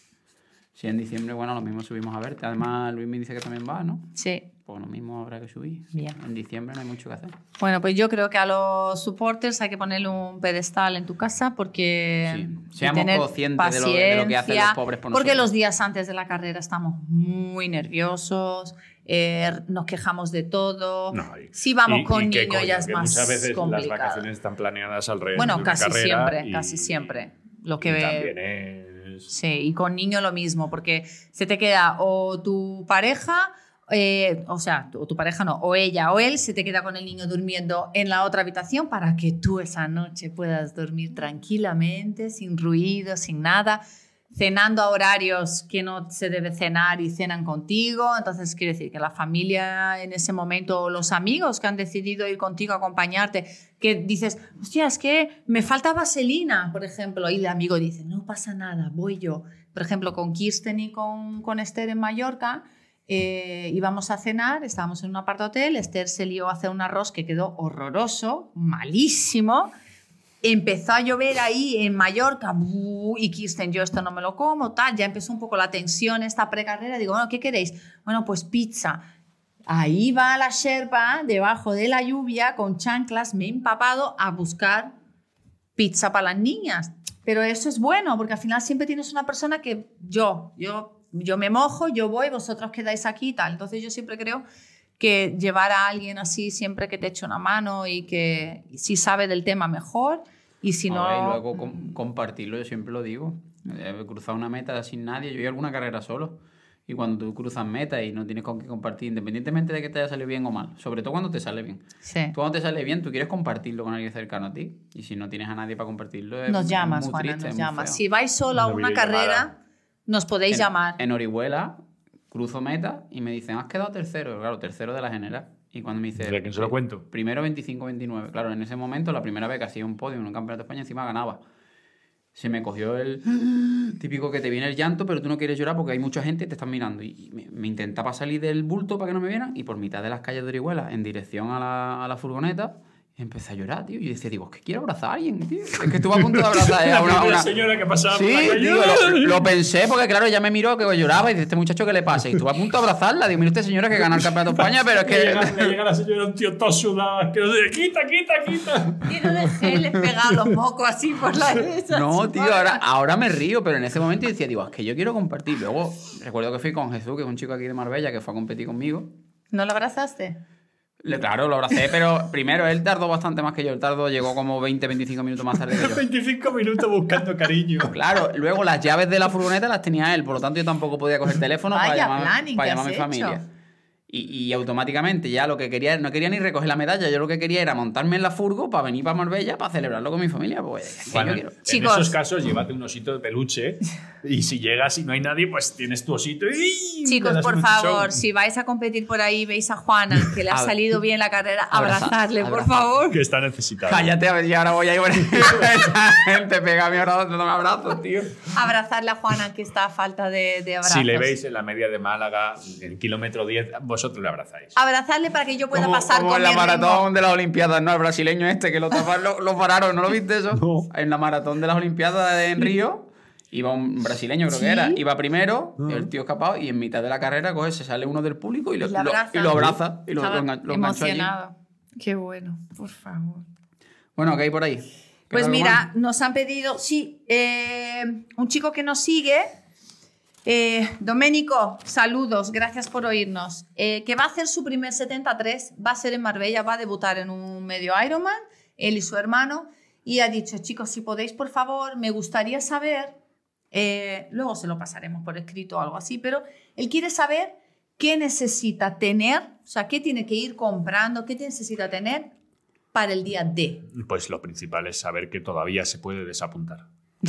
Sí, en diciembre, bueno, lo mismo subimos a verte. Además, Luis me dice que también va, ¿no? Sí. Pues lo mismo habrá que subir. Bien. En diciembre no hay mucho que hacer. Bueno, pues yo creo que a los supporters hay que ponerle un pedestal en tu casa porque... Sí. y Seamos tener conscientes de lo- de lo que hacen los paciencia, pobres por Porque nosotros. los días antes de la carrera estamos muy nerviosos, eh, nos quejamos de todo. No, y- si vamos y- con y qué niños coño, ya es que más muchas veces complicado. las vacaciones están planeadas alrededor de Bueno, una casi carrera siempre, y- casi siempre. Lo que y ve... también es... Sí, y con niño lo mismo, porque se te queda o tu pareja, eh, o sea, o tu pareja no, o ella o él se te queda con el niño durmiendo en la otra habitación para que tú esa noche puedas dormir tranquilamente, sin ruido, sin nada, cenando a horarios que no se debe cenar y cenan contigo. Entonces, quiere decir que la familia en ese momento, o los amigos que han decidido ir contigo a acompañarte, que dices, hostia, es que me falta vaselina, por ejemplo, y el amigo dice, no pasa nada, voy yo. Por ejemplo, con Kirsten y con, con Esther en Mallorca, eh, íbamos a cenar, estábamos en un apartahotel, Esther se lió a hacer un arroz que quedó horroroso, malísimo. Empezó a llover ahí en Mallorca, ¡buh! Y Kirsten, yo esto no me lo como, tal. Ya empezó un poco la tensión, esta precarrera. Digo, bueno, ¿qué queréis? Bueno, pues pizza. Ahí va la Sherpa, debajo de la lluvia, con chanclas, me he empapado a buscar pizza para las niñas. Pero eso es bueno, porque al final siempre tienes una persona que yo, yo, yo me mojo, yo voy, vosotros quedáis aquí y tal. Entonces yo siempre creo que llevar a alguien así siempre que te eche una mano y que si sabe del tema mejor y si no... A ver, y luego com- compartirlo, yo siempre lo digo. He cruzado una meta sin nadie, yo he ido a alguna carrera solo. Y cuando tú cruzas metas y no tienes con qué compartir, independientemente de que te haya salido bien o mal, sobre todo cuando te sale bien. Sí. Tú cuando te sale bien, tú quieres compartirlo con alguien cercano a ti. Y si no tienes a nadie para compartirlo, es Nos llamas, muy Juana, triste, nos es muy llamas. feo. Si vais solo a Una una videollamada. carrera, nos podéis en, llamar. En Orihuela, cruzo meta y me dicen, has quedado tercero. Claro, tercero de la general. Y cuando me dice... ¿De quién se lo cuento? Primero veinticinco veintinueve. Claro, en ese momento, la primera vez que hacía un podio en un campeonato de España, encima ganaba. Se me cogió el típico que te viene el llanto, pero tú no quieres llorar porque hay mucha gente y te están mirando. Y me, me intentaba salir del bulto para que no me vieran y por mitad de las calles de Orihuela, en dirección a la, a la furgoneta, Y empecé a llorar, tío. Y yo decía, digo, es que quiero abrazar a alguien, tío. Es que estuve a punto de abrazar a una, Una una... señora que pasaba Sí, por la calle. tío, lo, lo pensé porque, claro, ella me miró que lloraba y dice, ¿este muchacho qué le pasa? Y estuve a punto de abrazarla. Digo, mira, este señora que gana el campeonato de España, pero es Le llega, que... le llega la señora, un tío todo sudado, que no sé, quita, quita, quita. Lleno de geles pegado los mocos así por la mesa. No, tío, ahora, ahora me río, pero en ese momento decía, digo, es que yo quiero compartir. Luego, recuerdo que fui con Jesús, que es un chico aquí de Marbella, que fue a competir conmigo. ¿No lo abrazaste? Le- Claro, lo abracé, pero primero él tardó bastante más que yo. El tardo llegó como veinte, veinticinco minutos más tarde que yo. veinticinco minutos buscando cariño. Claro, luego las llaves de la furgoneta las tenía él, por lo tanto yo tampoco podía coger el teléfono para Vaya llamar, planning para que llamar a has mi familia. hecho. Y, y automáticamente ya lo que quería, no quería ni recoger la medalla, yo lo que quería era montarme en la furgo para venir para Marbella para celebrarlo con mi familia. Pues es que Bueno, yo quiero. en Chicos. esos casos, llévate un osito de peluche y si llegas y no hay nadie, pues tienes tu osito y... Chicos, le das por un favor, chichón. si vais a competir por ahí, veis a Juana, que le ha A ver. salido bien la carrera, Abraza- abrazadle, por abraza. favor. Que está necesitado. Cállate, a ver si ahora voy a ir con esa gente, pégame ahora no me abrazos, tío. Abrazadle a Juana, que está a falta de, de abrazos. Si le veis en la media de Málaga, en kilómetro diez, vosotros le abrazáis. Abrazadle para que yo pueda Como, pasar como con en la mi maratón ritmo. de las Olimpiadas, ¿no? El brasileño este que lo, taparon, lo, lo pararon, ¿no lo viste eso? No. En la maratón de las Olimpiadas en Río, iba un brasileño, creo ¿Sí? que era, iba primero, el tío escapado, y en mitad de la carrera coge, se sale uno del público y, lo, Y lo lo- abraza. y lo abraza y lo, Estaba lo engan- lo enganchó allí. emocionado. Qué bueno, por favor. Bueno, ¿qué hay por ahí? Pues ¿Queda algo mira, más? nos han pedido, sí, eh, un chico que nos sigue, eh, Doménico, saludos, gracias por oírnos, eh, que va a hacer su primer setenta y tres, va a ser en Marbella, va a debutar en un medio Ironman, él y su hermano, y ha dicho, chicos, si podéis, por favor, me gustaría saber, eh, luego se lo pasaremos por escrito o algo así, pero él quiere saber qué necesita tener, o sea, qué tiene que ir comprando, qué necesita tener para el día D. Pues lo principal es saber que todavía se puede desapuntar.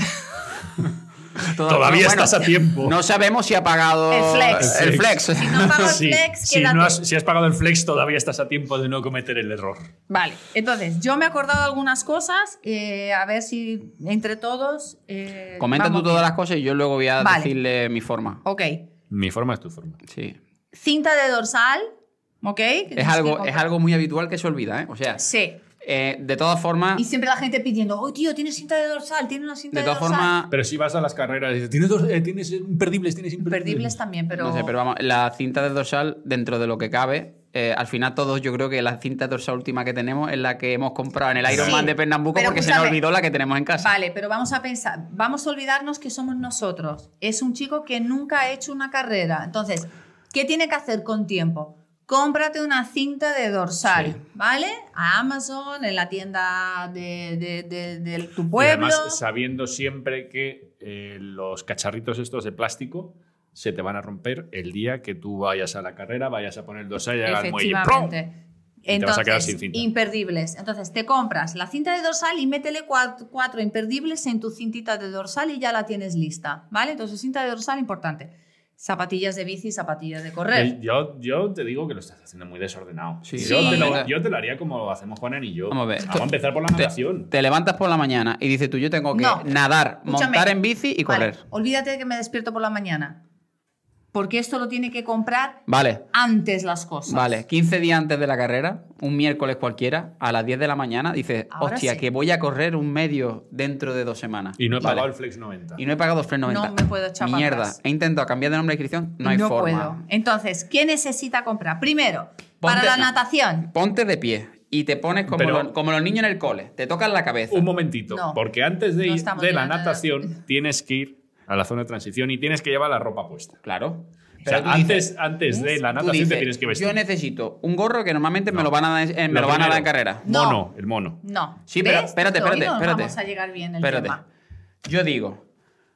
Toda- Todavía no, bueno, estás a tiempo. No sabemos si ha pagado El flex. El flex. Si no pago el Sí, flex, si, quédate. no has, si has pagado el flex, todavía estás a tiempo de no cometer el error. Vale, entonces yo me he acordado de algunas cosas, eh, a ver si entre todos... eh, Comenta tú vamos todas bien. las cosas y yo luego voy a Vale. decirle mi forma. Ok, Mi forma es tu forma. Sí. cinta de dorsal, ¿ok? Que Es tienes que algo, es comprar. algo muy habitual que se olvida, ¿eh? O sea, Sí, eh, de todas formas, y siempre la gente pidiendo, oh tío, tienes cinta de dorsal, tienes una cinta de de, todas dorsal. formas, Pero si vas a las carreras y dices, tienes, dos- eh, tienes imperdibles, tienes imperdibles. Perdibles también, pero... no sé, pero vamos, la cinta de dorsal, dentro de lo que cabe, eh, al final todos yo creo que la cinta de dorsal última que tenemos es la que hemos comprado en el Ironman Sí, de Pernambuco pero porque se nos escúchame. olvidó la que tenemos en casa. Vale, pero vamos a pensar, vamos a olvidarnos que somos nosotros. Es un chico que nunca ha hecho una carrera. Entonces, ¿qué tiene que hacer con tiempo? Cómprate una cinta de dorsal, Sí. ¿vale? A Amazon, en la tienda de, de- de- de tu Y pueblo. además, sabiendo siempre que eh, los cacharritos estos de plástico se te van a romper el día que tú vayas a la carrera, vayas a poner el dorsal y hagas el muelle. ¡Prum! Efectivamente. Y te vas a quedar Entonces, sin cinta. imperdibles. Entonces, te compras la cinta de dorsal y métele cuatro, cuatro imperdibles en tu cintita de dorsal y ya la tienes lista, ¿vale? Entonces, cinta de dorsal, importante. Zapatillas de bici, zapatillas de correr. Eh, Yo, yo te digo que lo estás haciendo muy desordenado. Sí. Yo, Sí. te lo, yo te lo haría como lo hacemos Juanan y yo. Vamos a ver. Vamos a empezar por la Te, natación. te levantas por la mañana y dices tú, yo tengo que No. nadar, Escúchame. montar en bici y Vale, correr. olvídate de que me despierto por la mañana. Porque esto lo tiene que comprar Vale. antes las cosas. Vale, quince días antes de la carrera, un miércoles cualquiera, a las diez de la mañana, dices, Ahora hostia, sí. que voy a correr un medio dentro de dos semanas. Y no he Vale. pagado el Flex noventa. Y no he pagado Flex noventa. No me puedo echar para Mierda, atrás. he intentado cambiar de nombre de inscripción, no hay no forma. puedo. Entonces, ¿qué necesita comprar? Primero, Ponte- para la no. natación. Ponte de pie y te pones como, Pero- los, como los niños en el cole, te tocas la cabeza. Un momentito, No. porque antes de, No ir- estamos de la llegando a- natación tienes que ir a la zona de transición y tienes que llevar la ropa puesta. Claro. O sea, tú antes, dices- antes de la tú natación dices, te tienes que vestir. Yo necesito un gorro que normalmente me No. lo van a dar, eh, me Lo lo van a dar primero, en carrera. No. Mono, el mono. No. Sí, pero ¿Ves? espérate, Porque hoy espérate, no espérate. Vamos a llegar bien el Espérate. tema. Yo digo,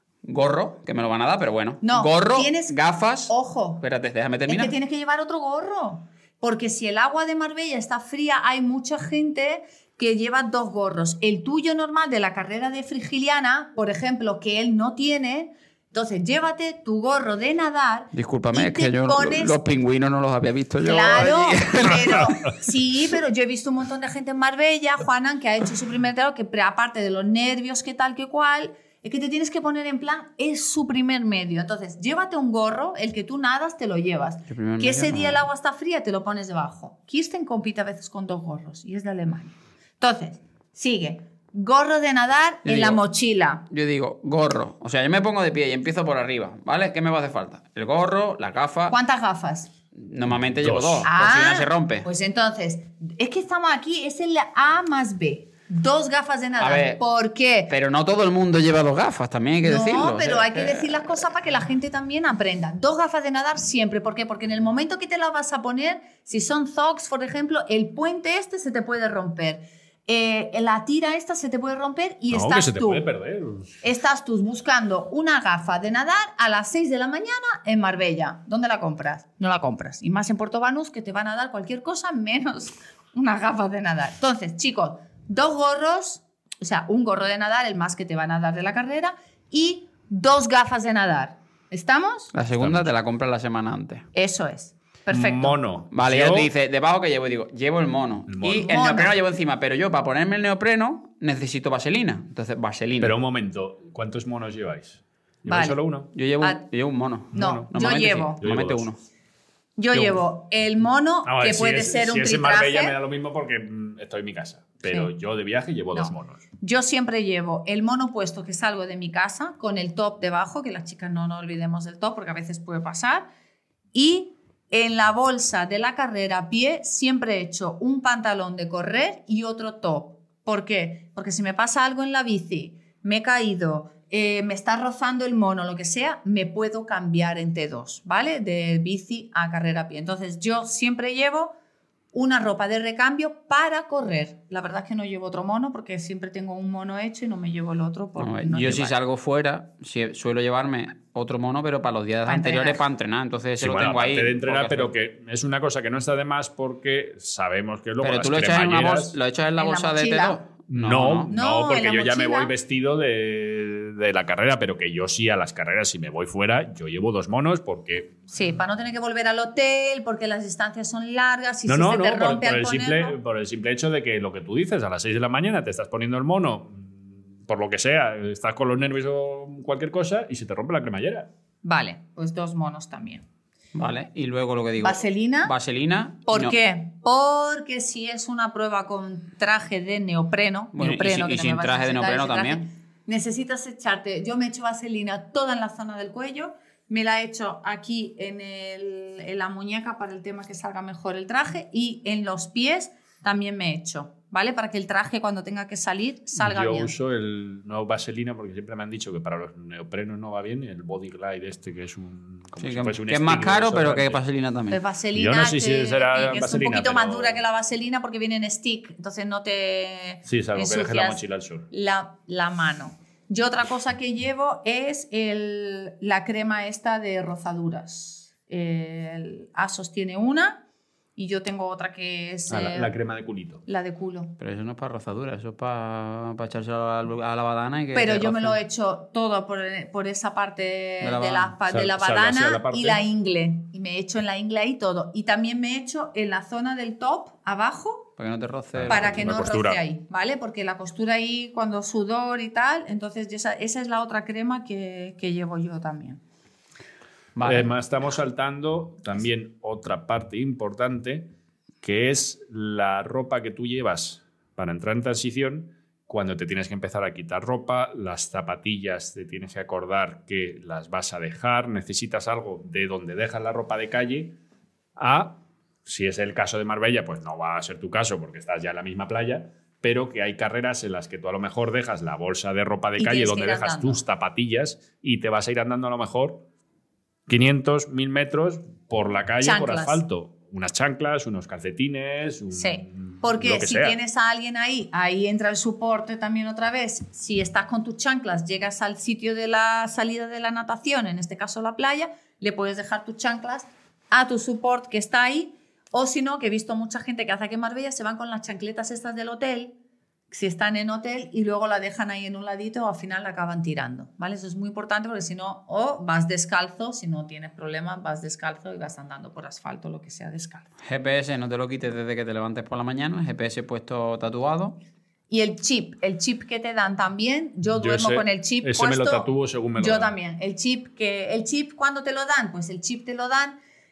gorro, que me lo van a dar, pero bueno. No, gorro, tienes- gafas. Ojo. Espérate, déjame Es terminar. que tienes que llevar otro gorro. Porque si el agua de Marbella está fría, hay mucha gente que lleva dos gorros. El tuyo normal de la carrera de Frigiliana, por ejemplo, que él no tiene. Entonces, llévate tu gorro de nadar. Discúlpame, y es que te yo pones- los pingüinos no los había visto yo. Claro, allí. pero sí, pero yo he visto un montón de gente en Marbella, Juanan, que ha hecho su primer trago, que pre- aparte de los nervios, que tal, que cual, es que te tienes que poner en plan, es su primer medio. Entonces, llévate un gorro, el que tú nadas, te lo llevas. Yo primer Que ese medio día no. el agua está fría, te lo pones debajo. Kirsten compite a veces con dos gorros y es de Alemania. Entonces, sigue. Gorro de nadar Yo en la digo- mochila. Yo digo, gorro. Gorro de nadar Yo en la digo- mochila. Yo digo, gorro. O sea, yo me pongo de pie y empiezo por arriba, ¿vale? ¿Qué me va a hacer falta? El gorro, la gafa. ¿Cuántas gafas? Normalmente Dos. llevo dos, por Ah, si una se rompe. Pues entonces, es que estamos aquí, es el A más B. Dos gafas de nadar. A ver, ¿Por qué? Pero no todo el mundo lleva dos gafas, también hay que No, decirlo. o pero sea, hay que eh, decir las cosas para que la gente también aprenda. Dos gafas de nadar siempre. ¿Por qué? Porque en el momento que te las vas a poner, si son Zogs, por ejemplo, el puente este se te puede romper. Eh, la tira esta se te puede romper y No, estás que se te tú. puede perder. Estás tú buscando una gafa de nadar a las seis de la mañana en Marbella. ¿Dónde la compras? No la compras. Y más en Puerto Banús, que te van a dar cualquier cosa menos unas gafas de nadar. Entonces, chicos, dos gorros, o sea, un gorro de nadar, el más que te van a dar de la carrera, y dos gafas de nadar. ¿Estamos? La segunda te la compras la semana antes. Eso es. Perfecto. Mono. Vale, Yo- ya te dice, debajo que llevo, digo, llevo el mono. El mono. Y el Mono. neopreno llevo encima, pero yo para ponerme el neopreno necesito vaselina. Entonces, vaselina. Pero un momento, ¿cuántos monos lleváis? ¿Lleváis Vale. solo uno? yo, llevo, Ah, yo llevo un mono. no, Mono. yo Normalmente llevo. sí, Yo llevo Normalmente dos. uno. Yo Yo- llevo el mono, Ah, vale, que si puede es- ser un si es en tritraje. Marbella me da lo mismo porque mm, estoy en mi casa. Pero Sí. yo de viaje llevo No. dos monos. Yo siempre llevo el mono puesto que salgo de mi casa con el top debajo, que las chicas no nos olvidemos del top porque a veces puede pasar. Y en la bolsa de la carrera a pie siempre he hecho un pantalón de correr y otro top. ¿Por qué? Porque si me pasa algo en la bici, me he caído, eh, me está rozando el mono, lo que sea, me puedo cambiar en T dos, ¿vale? De bici a carrera a pie. Entonces yo siempre llevo una ropa de recambio para correr. La verdad es que no llevo otro mono porque siempre tengo un mono hecho y no me llevo el otro por No, no yo si llevar. salgo fuera, si- suelo llevarme otro mono, pero para los días Para anteriores entrenar. para entrenar. Entonces ese Sí, lo bueno, tengo ahí. aparte de entrenar, porque pero hacer- que es una cosa que no está de más porque sabemos que luego Pero las tú lo echas, en una cremalleras- bolsa, lo echas en la En la bolsa de T mochila. dos. No, no, No, porque en la yo ya me mochila. voy vestido de, de la carrera, pero que yo sí a las carreras, si me voy fuera, yo llevo dos monos porque... Sí, para no tener que volver al hotel porque las distancias son largas y no, si no, se no, te por, rompe por al el simple, ponerlo- por el simple hecho de que lo que tú dices, a las seis de la mañana te estás poniendo el mono, por lo que sea, estás con los nervios o cualquier cosa y se te rompe la cremallera. Vale, pues dos monos también. Vale, y luego lo que digo. ¿Vaselina? Vaselina. ¿Por no. qué? Porque si es una prueba con traje de neopreno, Bueno, y neopreno si- que y no sin me vas a traje de necesitar neopreno ese traje, también. necesitas echarte, yo me he hecho vaselina toda en la zona del cuello, me la he hecho aquí en, el- en la muñeca para el tema que salga mejor el traje y en los pies también me he hecho, ¿vale? Para que el traje cuando tenga que salir salga yo bien. uso el no vaselina porque siempre me han dicho que para los neoprenos no va bien y el Body Glide este que es un... como Sí, si que, fuese un que es más stick de caro, pero que desodorante. vaselina también. Es vaselina, Yo no sé si que, será que es vaselina, un poquito pero- más dura que la vaselina porque viene en stick, entonces no te Sí, salvo que deje la ensucias mochila al sol. la, la mano. Yo otra cosa que llevo es el, la crema esta de rozaduras. El Asos tiene una y yo tengo otra que es Ah, la, eh, la crema de culito. la de culo. Pero eso no es para rozadura, eso es para, para echarse a la, a la badana y que. Pero que yo me lo roce. he hecho todo por, por esa parte de la la, badana. pa- de la Sal- salva así a badana la parte. y la ingle. Y me he hecho en la ingle ahí todo. Y también me he hecho en la zona del top, abajo, Para que no te roce. para que la no costura. roce ahí, ¿vale? Porque la costura ahí, cuando sudor y tal, entonces esa, esa es la otra crema que, que llevo yo también. Vale. Además, estamos saltando también otra parte importante, que es la ropa que tú llevas para entrar en transición cuando te tienes que empezar a quitar ropa, las zapatillas te tienes que acordar que las vas a dejar, necesitas algo de donde dejas la ropa de calle a, si es el caso de Marbella, pues no va a ser tu caso porque estás ya en la misma playa, pero que hay carreras en las que tú a lo mejor dejas la bolsa de ropa de Y calle tienes que donde ir dejas andando. tus zapatillas y te vas a ir andando a lo mejor quinientos, mil metros por la calle, por Chanclas. asfalto. Unas chanclas, unos calcetines, un- Sí, lo porque que si sea. tienes a alguien ahí, ahí entra el soporte también otra vez. Si estás con tus chanclas, llegas al sitio de la salida de la natación, en este caso la playa, le puedes dejar tus chanclas a tu support que está ahí. O si no, que he visto mucha gente que hace aquí en Marbella, se van con las chancletas estas del hotel, si están en hotel, y luego la dejan ahí en un ladito o al final la acaban tirando, ¿vale? Eso es muy importante porque si no, o vas descalzo, si no tienes problemas, vas descalzo y vas andando por asfalto, lo que sea descalzo. G P S no te lo quites desde que te levantes por la mañana. G P S puesto tatuado. Y el chip, el chip que te dan también, yo Yo duermo ese- con el chip ese puesto. me lo tatúo según me lo Yo dan. también. El chip, que, el chip, ¿cuándo te lo dan? Pues el chip te lo dan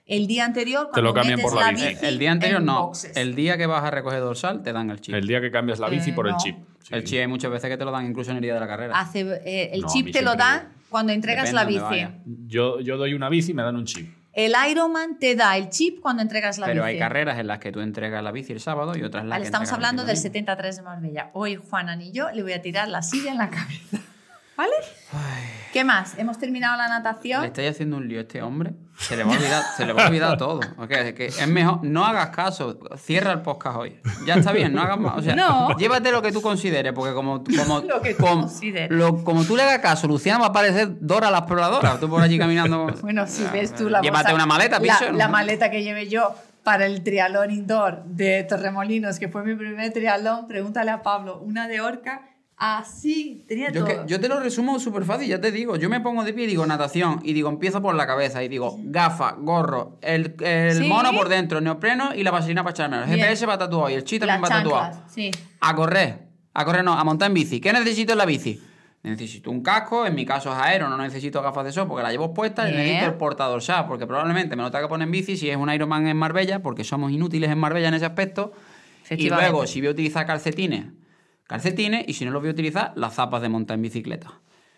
El día anterior, Te lo cuando cambian metes por la la bici. bici El día anterior en no. boxes. El día que vas a recoger dorsal te dan el chip. El día que cambias la bici Eh, por el no. chip. Sí. El chip hay muchas veces que te lo dan incluso en el día de la carrera. Hace, eh, el No, a chip mí te lo siempre- dan cuando entregas Depende la de bici. dónde vaya. Yo, yo doy una bici y me dan un chip. El Ironman te da el chip cuando entregas la Pero bici. hay carreras en las que tú entregas la bici el sábado y otras en las Vale, que estamos entregas la hablando bici del el domingo. setenta y tres de Marbella. Hoy Juanan y yo le voy a tirar la silla en la cabeza. ¿Vale? ¿Qué más? Hemos terminado la Le natación. estáis haciendo un lío a este hombre. Se le va a olvidar, se le va a olvidar todo. Ok, es que es mejor, no hagas caso. Cierra el podcast hoy. Ya está bien, no hagas más. O sea, No. llévate lo que tú consideres, porque como, como, Lo que tú como, consideres. lo- como tú le hagas caso, Luciana va a parecer Dora la exploradora. Tú por allí caminando. Bueno, si ves tú la Llévate bolsa- una maleta, la, piso. la maleta que llevé yo para el triatlón indoor de Torremolinos, que fue mi primer triatlón, pregúntale a Pablo, una de orca, así, tenía Yo, todo. que- yo te lo resumo súper fácil, ya te digo. Yo me pongo de pie y digo natación, y digo empiezo por la cabeza, y digo gafa, gorro, el, el Sí. mono por dentro, el neopreno y la vaselina para echarme. El Bien. G P S va tatuado y el chip también Las va tatuado. chanclas, sí. A correr, a correr no, a montar en bici. ¿Qué necesito en la bici? Necesito un casco, en mi caso es aero, no necesito gafas de sol porque la llevo puesta y Bien. necesito el portadorsal porque probablemente me lo tenga que poner en bici si es un Ironman en Marbella porque somos inútiles en Marbella en ese aspecto. Y Efectivamente. luego, si voy a utilizar calcetines, calcetines y si no los voy a utilizar, las zapas de montar en bicicleta.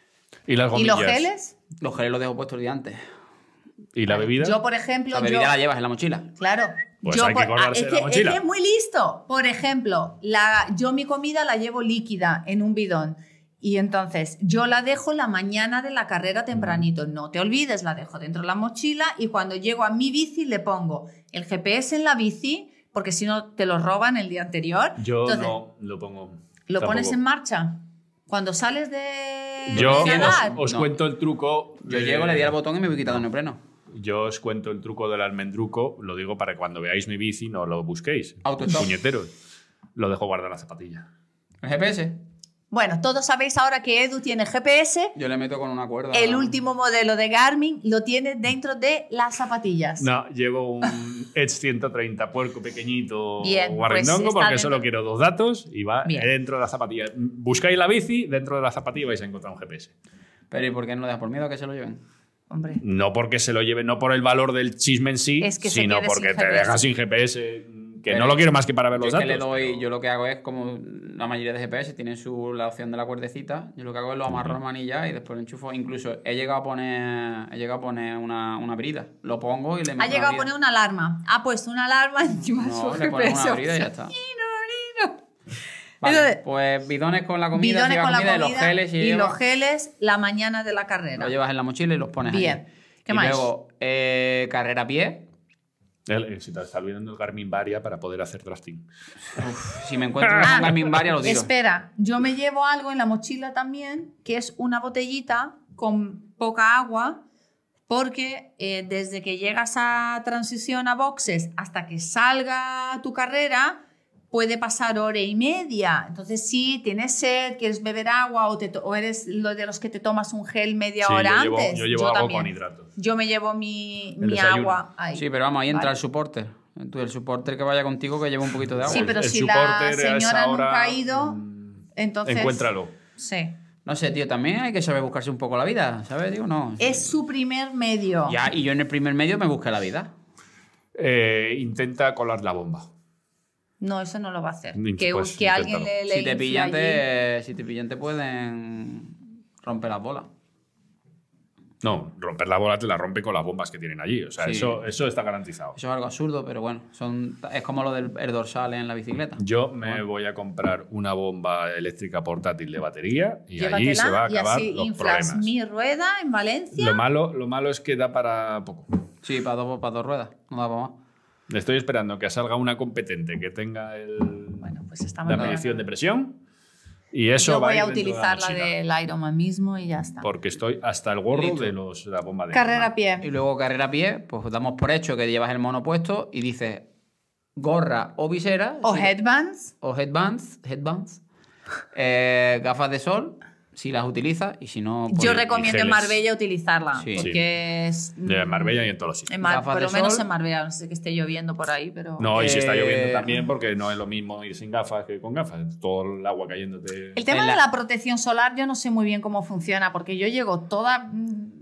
Y las ¿Y gomillas. los geles? Los geles los dejo puestos el día antes. ¿Y la bebida? Yo, por ejemplo, La bebida yo... la llevas en la mochila. Claro. Pues yo hay que por- colgarse ah, es la que, mochila. Es que es muy listo. Por ejemplo, la, yo mi comida la llevo líquida en un bidón. Y entonces yo la dejo la mañana de la carrera tempranito. No te olvides, la dejo dentro de la mochila y cuando llego a mi bici le pongo el G P S en la bici, porque si no te lo roban el día anterior. Yo Entonces, no lo pongo. ¿lo tampoco. pones en marcha? Cuando sales de, Yo de os, nadar. os No. cuento el truco. Yo de- llego, le di al botón y me voy quitando el neopreno. Yo os cuento el truco del almendruco. Lo digo para que cuando veáis mi bici no lo busquéis. Autostop. Puñeteros. Lo dejo guardar en la zapatilla. ¿El G P S? Bueno, todos sabéis ahora que Edu tiene G P S. Yo le meto con una cuerda. El último modelo de Garmin lo tiene dentro de las zapatillas. No, llevo un Edge ciento treinta puerco pequeñito Bien, guarrindongo pues está porque dentro. solo quiero dos datos y va Bien. dentro de la zapatilla. Buscáis la bici, dentro de la zapatilla vais a encontrar un G P S. Pero ¿y por qué no lo dejas por miedo a que se lo lleven? Hombre. No porque se lo lleve, no por el valor del chisme en sí, Es que se sino quede porque sin te G P S. dejas sin G P S, que Pero no lo quiero más que para ver Yo los es que datos. le doy, pero- yo lo que hago es como la mayoría de G P S tienen su, la opción de la cuerdecita. Yo lo que hago es lo amarro a manilla y después lo enchufo. Incluso he llegado a poner, he llegado a poner una, una brida. Lo pongo y le meto Ha llegado a poner una alarma. Ha puesto una alarma encima de su No, le pones G P S. una brida y ya está. Nino, Nino. Vale, Entonces, pues bidones con la comida, bidones lleva con la comida comida y los geles y, y lleva- los geles la mañana de la carrera. lo llevas en la mochila y los pones ahí. Bien. ¿Qué y más? luego, eh, carrera a pie. El- eh, Si te está olvidando el Garmin Varia para poder hacer drafting. Uf, si me encuentro una Ah, Garmin Varia, lo tiro. Espera, yo me llevo algo en la mochila también, que es una botellita con poca agua, porque eh, desde que llegas a transición a boxes hasta que salga tu carrera, puede pasar hora y media. Entonces, si tienes sed, quieres beber agua o, te to- o eres lo de los que te tomas un gel media Sí, hora yo llevo, antes. yo llevo agua también. con hidratos. Yo me llevo mi, El mi desayuno. agua ahí. Sí, pero vamos, ahí entra Vale. el supporter. Tú, el supporter que vaya contigo que lleve un poquito de agua. Sí, pero El si la supporter a esa señora hora, nunca ha ido, mm, entonces... Encuéntralo. Sí. No sé, tío, también hay que saber buscarse un poco la vida, ¿sabes? Digo, no. Es su primer medio. Ya, y yo en el primer medio me busqué la vida. Eh, intenta colar la bomba. No, eso no lo va a hacer. Ni- Que, pues, que alguien inténtalo. le, le Si te infle pillan, allí. te, si te pillan, te pueden romper las bolas. No, romper la bola te la rompe con las bombas que tienen allí. O sea, Sí. eso, eso está garantizado. Eso es algo absurdo, pero bueno, son, es como lo del el dorsal en la bicicleta. Yo me voy a comprar una bomba eléctrica portátil de batería y allí Llévatela se va a y acabar así los inflas problemas. mi rueda en Valencia. Lo malo, lo malo es que da para poco. Sí, para dos, para dos ruedas, no da para más. Estoy esperando que salga una competente que tenga el, Bueno, pues estamos la bien. medición de presión y eso Yo va voy a a ir dentro de la utilizar la mochila, del Ironman mismo y ya está. porque estoy hasta el gorro Listo. de los de la bomba de Carrera a Y pie. luego carrera a pie, pues damos por hecho que llevas el mono puesto y dices gorra o visera. O sí, headbands. o headbands, headbands eh, gafas de sol, si las utilizas, y si no... pues, Yo y recomiendo en geles. Marbella utilizarla. Sí. porque es. De Marbella y en todos los sitios. en Mar- Gafas por de lo menos sol. en Marbella. No sé que esté lloviendo por ahí, pero. No, y si está Eh, lloviendo también, porque no es lo mismo ir sin gafas que con gafas. Todo el agua cayéndote. El tema en de la- la protección solar, yo no sé muy bien cómo funciona, porque yo llego toda mm,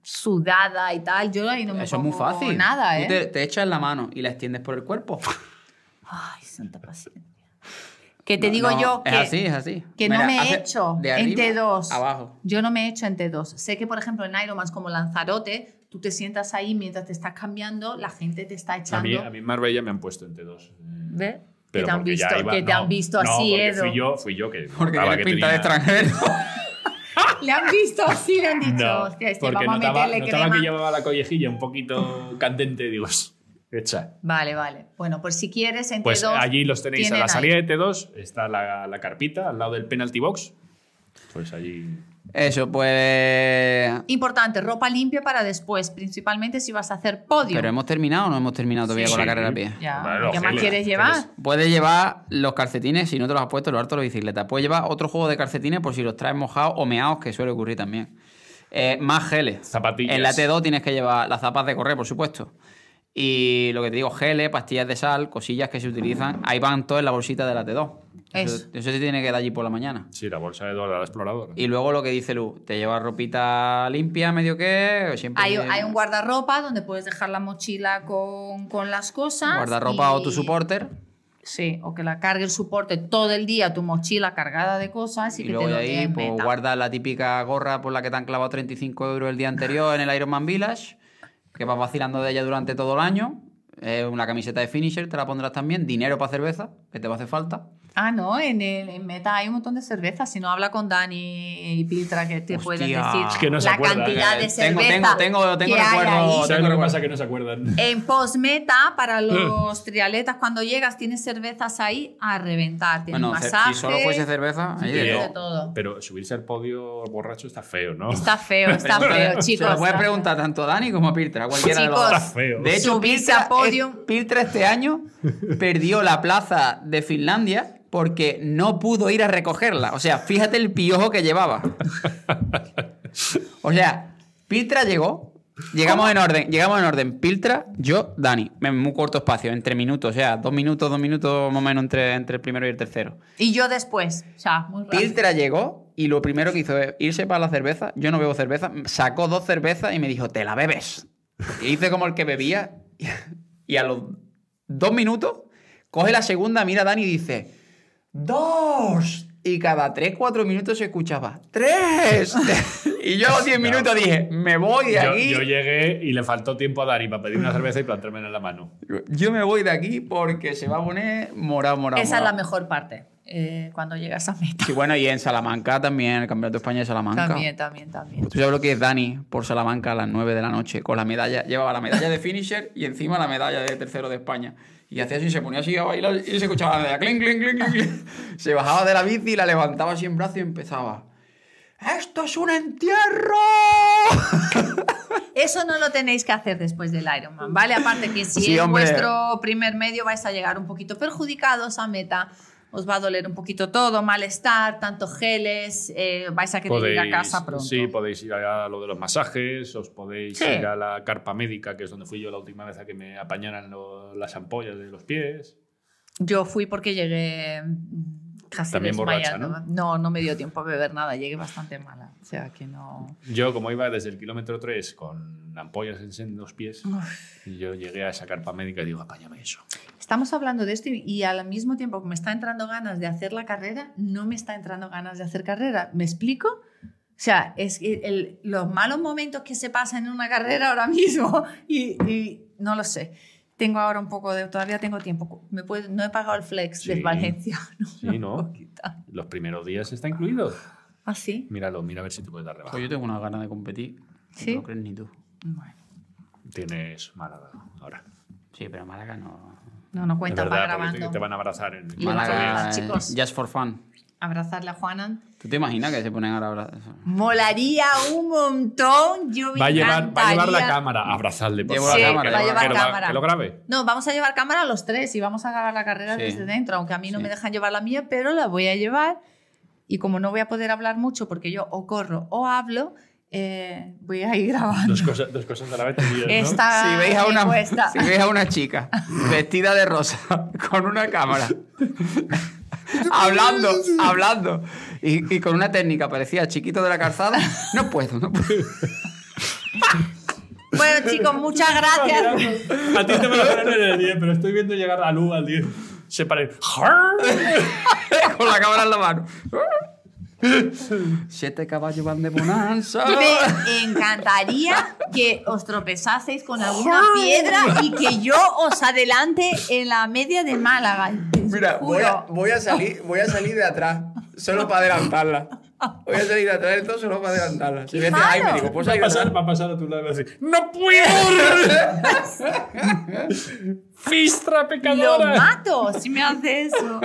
sudada y tal, yo ahí no me Eso es pongo muy fácil. nada, ¿eh? Tú te, te echas la mano y la extiendes por el cuerpo. Ay, santa paciencia. Que te No, digo no, yo que, es así, es así. que Mira, no me he hace hecho de en arriba T dos. abajo. Yo no me he hecho en T dos. Sé que, por ejemplo, en Ironman como Lanzarote, tú te sientas ahí mientras te estás cambiando, la gente te está A echando. mí, a mí en Marbella me han puesto en T dos. eh, ¿Ves? Que pero te han porque visto, ya iba- que te no, han visto no, así, porque Edo. Fui yo, fui yo que Porque notaba tienes que pinta de tenía- extranjero. Le han visto así, le han dicho, No, hostia, este, porque vamos a notaba, meterle notaba crema. que llevaba la collejilla un poquito candente, digo, hecha. Vale, vale. Bueno, pues si quieres en Pues T dos. allí los tenéis a tienen la ahí. salida de T dos, está la, la carpita al lado del penalty box. Pues allí. Eso, pues... Importante, ropa limpia para después, principalmente si vas a hacer podio. ¿Pero hemos terminado o no hemos terminado todavía Sí. con la carrera a pie? Ya. Hombre, los ¿Qué más geles, quieres geles. llevar? Puedes llevar los calcetines si no te los has puesto lo harto de la bicicleta. Puedes llevar otro juego de calcetines por si los traes mojados o meados, que suele ocurrir también. Eh, más geles. Zapatillas. En la T dos tienes que llevar las zapas de correr, por supuesto. Y lo que te digo, geles, pastillas de sal, cosillas que se utilizan. Ahí van todas en la bolsita de la T dos. Eso, Eso. eso se tiene que dar allí por la mañana. Sí, la bolsa de dólar explorador. Y luego lo que dice Lu, te llevas ropita limpia, medio que... Siempre Hay, hay un guardarropa donde puedes dejar la mochila con, con las cosas. guardarropa y- o tu supporter. Sí, o que la cargue el soporte todo el día, tu mochila cargada de cosas y, Y que luego te de lo ahí den pues, meta. guardas la típica gorra por la que te han clavado treinta y cinco euros el día anterior en el Ironman Village, que vas vacilando de ella durante todo el año. Es una camiseta de finisher, te la pondrás también. Dinero para cerveza, que te va a hacer falta. Ah, no, en, el, en Meta hay un montón de cervezas. Si no, habla con Dani y Piltra que te Hostia. pueden decir Es que no se la acuerdan. cantidad de Eh, tengo- cerveza tengo- tengo- tengo que hay recuerdo- ahí. ¿Sabes tengo lo que recuerdo. pasa? Que no se acuerdan. En Postmeta, para los triatletas, cuando llegas, tienes cervezas ahí a reventar. Tienes Bueno, ce- masajes. si solo fuese cerveza, ahí de tienes todo. de todo. Pero subirse al podio borracho está feo, ¿no? Está feo, está feo, chicos. Se lo puedes está preguntar tanto a Dani como a Piltra, a cualquiera de los Chicos, dos. Está feo. De hecho, subirse Piltra, a podium. eh, Piltra este año perdió la plaza de Finlandia porque no pudo ir a recogerla. O sea, fíjate el piojo que llevaba. O sea, Piltra llegó, llegamos en orden, llegamos en orden. Piltra, yo, Dani, en muy corto espacio, entre minutos, o sea, dos minutos, dos minutos más o menos entre, entre el primero y el tercero. Y yo después. O sea, muy rápido. Piltra llegó y lo primero que hizo es irse para la cerveza. Yo no bebo cerveza. Sacó dos cervezas y me dijo, ¿te la bebes? Y hice como el que bebía. Y a los dos minutos, coge la segunda, mira a Dani y dice, ¡dos! Y cada tres, cuatro minutos se escuchaba, ¡tres! Y yo a los diez No. minutos dije, me voy de Yo, aquí. yo llegué y le faltó tiempo a Dani para pedir una cerveza y plantármela en la mano. Yo me voy de aquí porque se va a poner morado, morado, Esa es la morado. mejor parte, eh, cuando llegas a Meta. Sí, bueno, y en Salamanca también, el Campeonato de España de Salamanca. También, también, también. ¿Tú sabes lo que es Dani por Salamanca a las nueve de la noche? Con la medalla, llevaba la medalla de finisher y encima la medalla de tercero de España. Y hacía así, se ponía así a bailar y se escuchaba la medalla, clink, clink, clink, clink, clink. Se bajaba de la bici, la levantaba así en brazo y empezaba. ¡Esto es un entierro! Eso no lo tenéis que hacer después del Ironman, ¿vale? Aparte que si Sí, es hombre. vuestro primer medio vais a llegar un poquito perjudicados a Meta, os va a doler un poquito todo, malestar, tanto geles, eh, vais a querer ir a casa pronto. Sí, podéis ir a lo de los masajes, os podéis Sí. ir a la carpa médica, que es donde fui yo la última vez a que me apañaran lo- las ampollas de los pies. Yo fui porque llegué mm, casi También borracha, desmayando. No, no me dio tiempo a beber nada, llegué bastante mala. O sea que no... Yo, como iba desde el kilómetro tres con ampollas en sen- los pies, y yo llegué a esa carpa médica y digo, apáñame eso. Estamos hablando de esto y, y al mismo tiempo que me está entrando ganas de hacer la carrera, no me está entrando ganas de hacer carrera. ¿Me explico? O sea, es que el- los malos momentos que se pasan en una carrera ahora mismo y, y no lo sé. Tengo ahora un poco de... Todavía tengo tiempo. Me puedo- no he pagado el flex Sí. del Valencia. No, Sí, me lo ¿no? puedo quitar. Los primeros días está incluido. ¿Ah, sí? Míralo, mira a ver si te puedes dar rebaja. Pues yo tengo una ganas de competir. ¿Sí? No lo crees ni tú. Bueno. Tienes Málaga ahora. Sí, pero Málaga no. No, no Es cuenta verdad, para porque te, grabando. te van a abrazar en Y Málaga- Málaga, días, eh, chicos. just for fun. Abrazarle a Juanan. ¿Tú te imaginas que se ponen ahora a abrazar? Molaría un montón. Yo me Va a, llevar, va a llevar la encantaría. cámara, abrazarle, por Llevo favor. la Sí, cámara, va a llevo la llevar que, lo- cámara. que lo grabe. No, vamos a llevar cámara los tres y vamos a grabar la carrera Sí. desde dentro, aunque a mí no Sí. me dejan llevar la mía, pero la voy a llevar. Y como no voy a poder hablar mucho porque yo o corro o hablo, eh, voy a ir grabando. Dos cosas, dos cosas a la vez. tío, ¿no? Esta Si veis, a me una, cuesta. si veis a una chica vestida de rosa con una cámara hablando, hablando y, y con una técnica parecida a Chiquito de la Calzada, no puedo, no puedo. chicos, muchas gracias. A ti te me lo ponen en el diez, pero estoy viendo llegar a Lu al diez. Se pare. Con la cámara en la mano. Siete caballos van de bonanza. Me encantaría que os tropezaseis con alguna piedra y que yo os adelante en la media de Málaga. Mira, voy a, voy, a salir, voy a salir de atrás, solo para adelantarla. Voy a salir de atrás del todo solo para adelantarla. Si me dice, ay, me digo, pues va, a ahí pasar, va a pasar a tu lado y va a decir: ¡No puedo! ¡Fistra Lo pecadora! mato si me hace eso.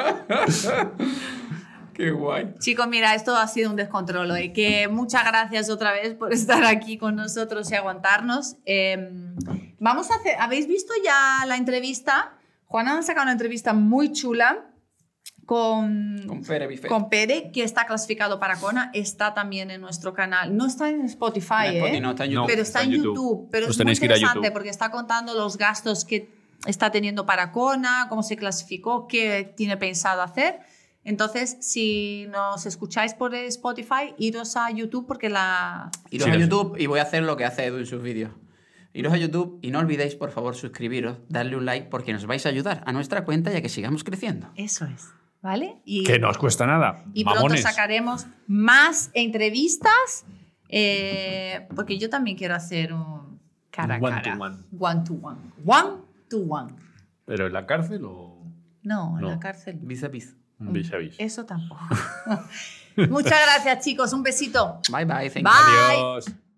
Qué guay. Chicos, mira, esto ha sido un descontrol hoy. Que muchas gracias otra vez por estar aquí con nosotros y aguantarnos. Eh, vamos a hacer. ¿Habéis visto ya la entrevista? Juana ha sacado una entrevista muy chula con, Con Pere Bifet. con Pere, que está clasificado para Kona. Está también en nuestro canal. No está en Spotify, En Spotify ¿eh? no, está en No, YouTube. Pero está en YouTube. YouTube. Pero Os es muy tenéis que ir a interesante YouTube. porque está contando los gastos que está teniendo para Kona, cómo se clasificó, qué tiene pensado hacer. Entonces, si nos escucháis por Spotify, iros a YouTube porque la... Iros Sí, a lo sé. YouTube y voy a hacer lo que hace Edu en sus vídeos. Iros a YouTube y no olvidéis, por favor, suscribiros, darle un like porque nos vais a ayudar a nuestra cuenta y a que sigamos creciendo. Eso es, ¿vale? Y, Que no os cuesta nada. y Mamones. pronto sacaremos más entrevistas eh, porque yo también quiero hacer un cara a Un one cara. to one. One to one. One to one. ¿Pero en la cárcel o...? No, en No. la cárcel. Vis a vis. Vis a vis. Eso tampoco. Muchas gracias, chicos. Un besito. Bye bye. Thank you. Bye. Adiós.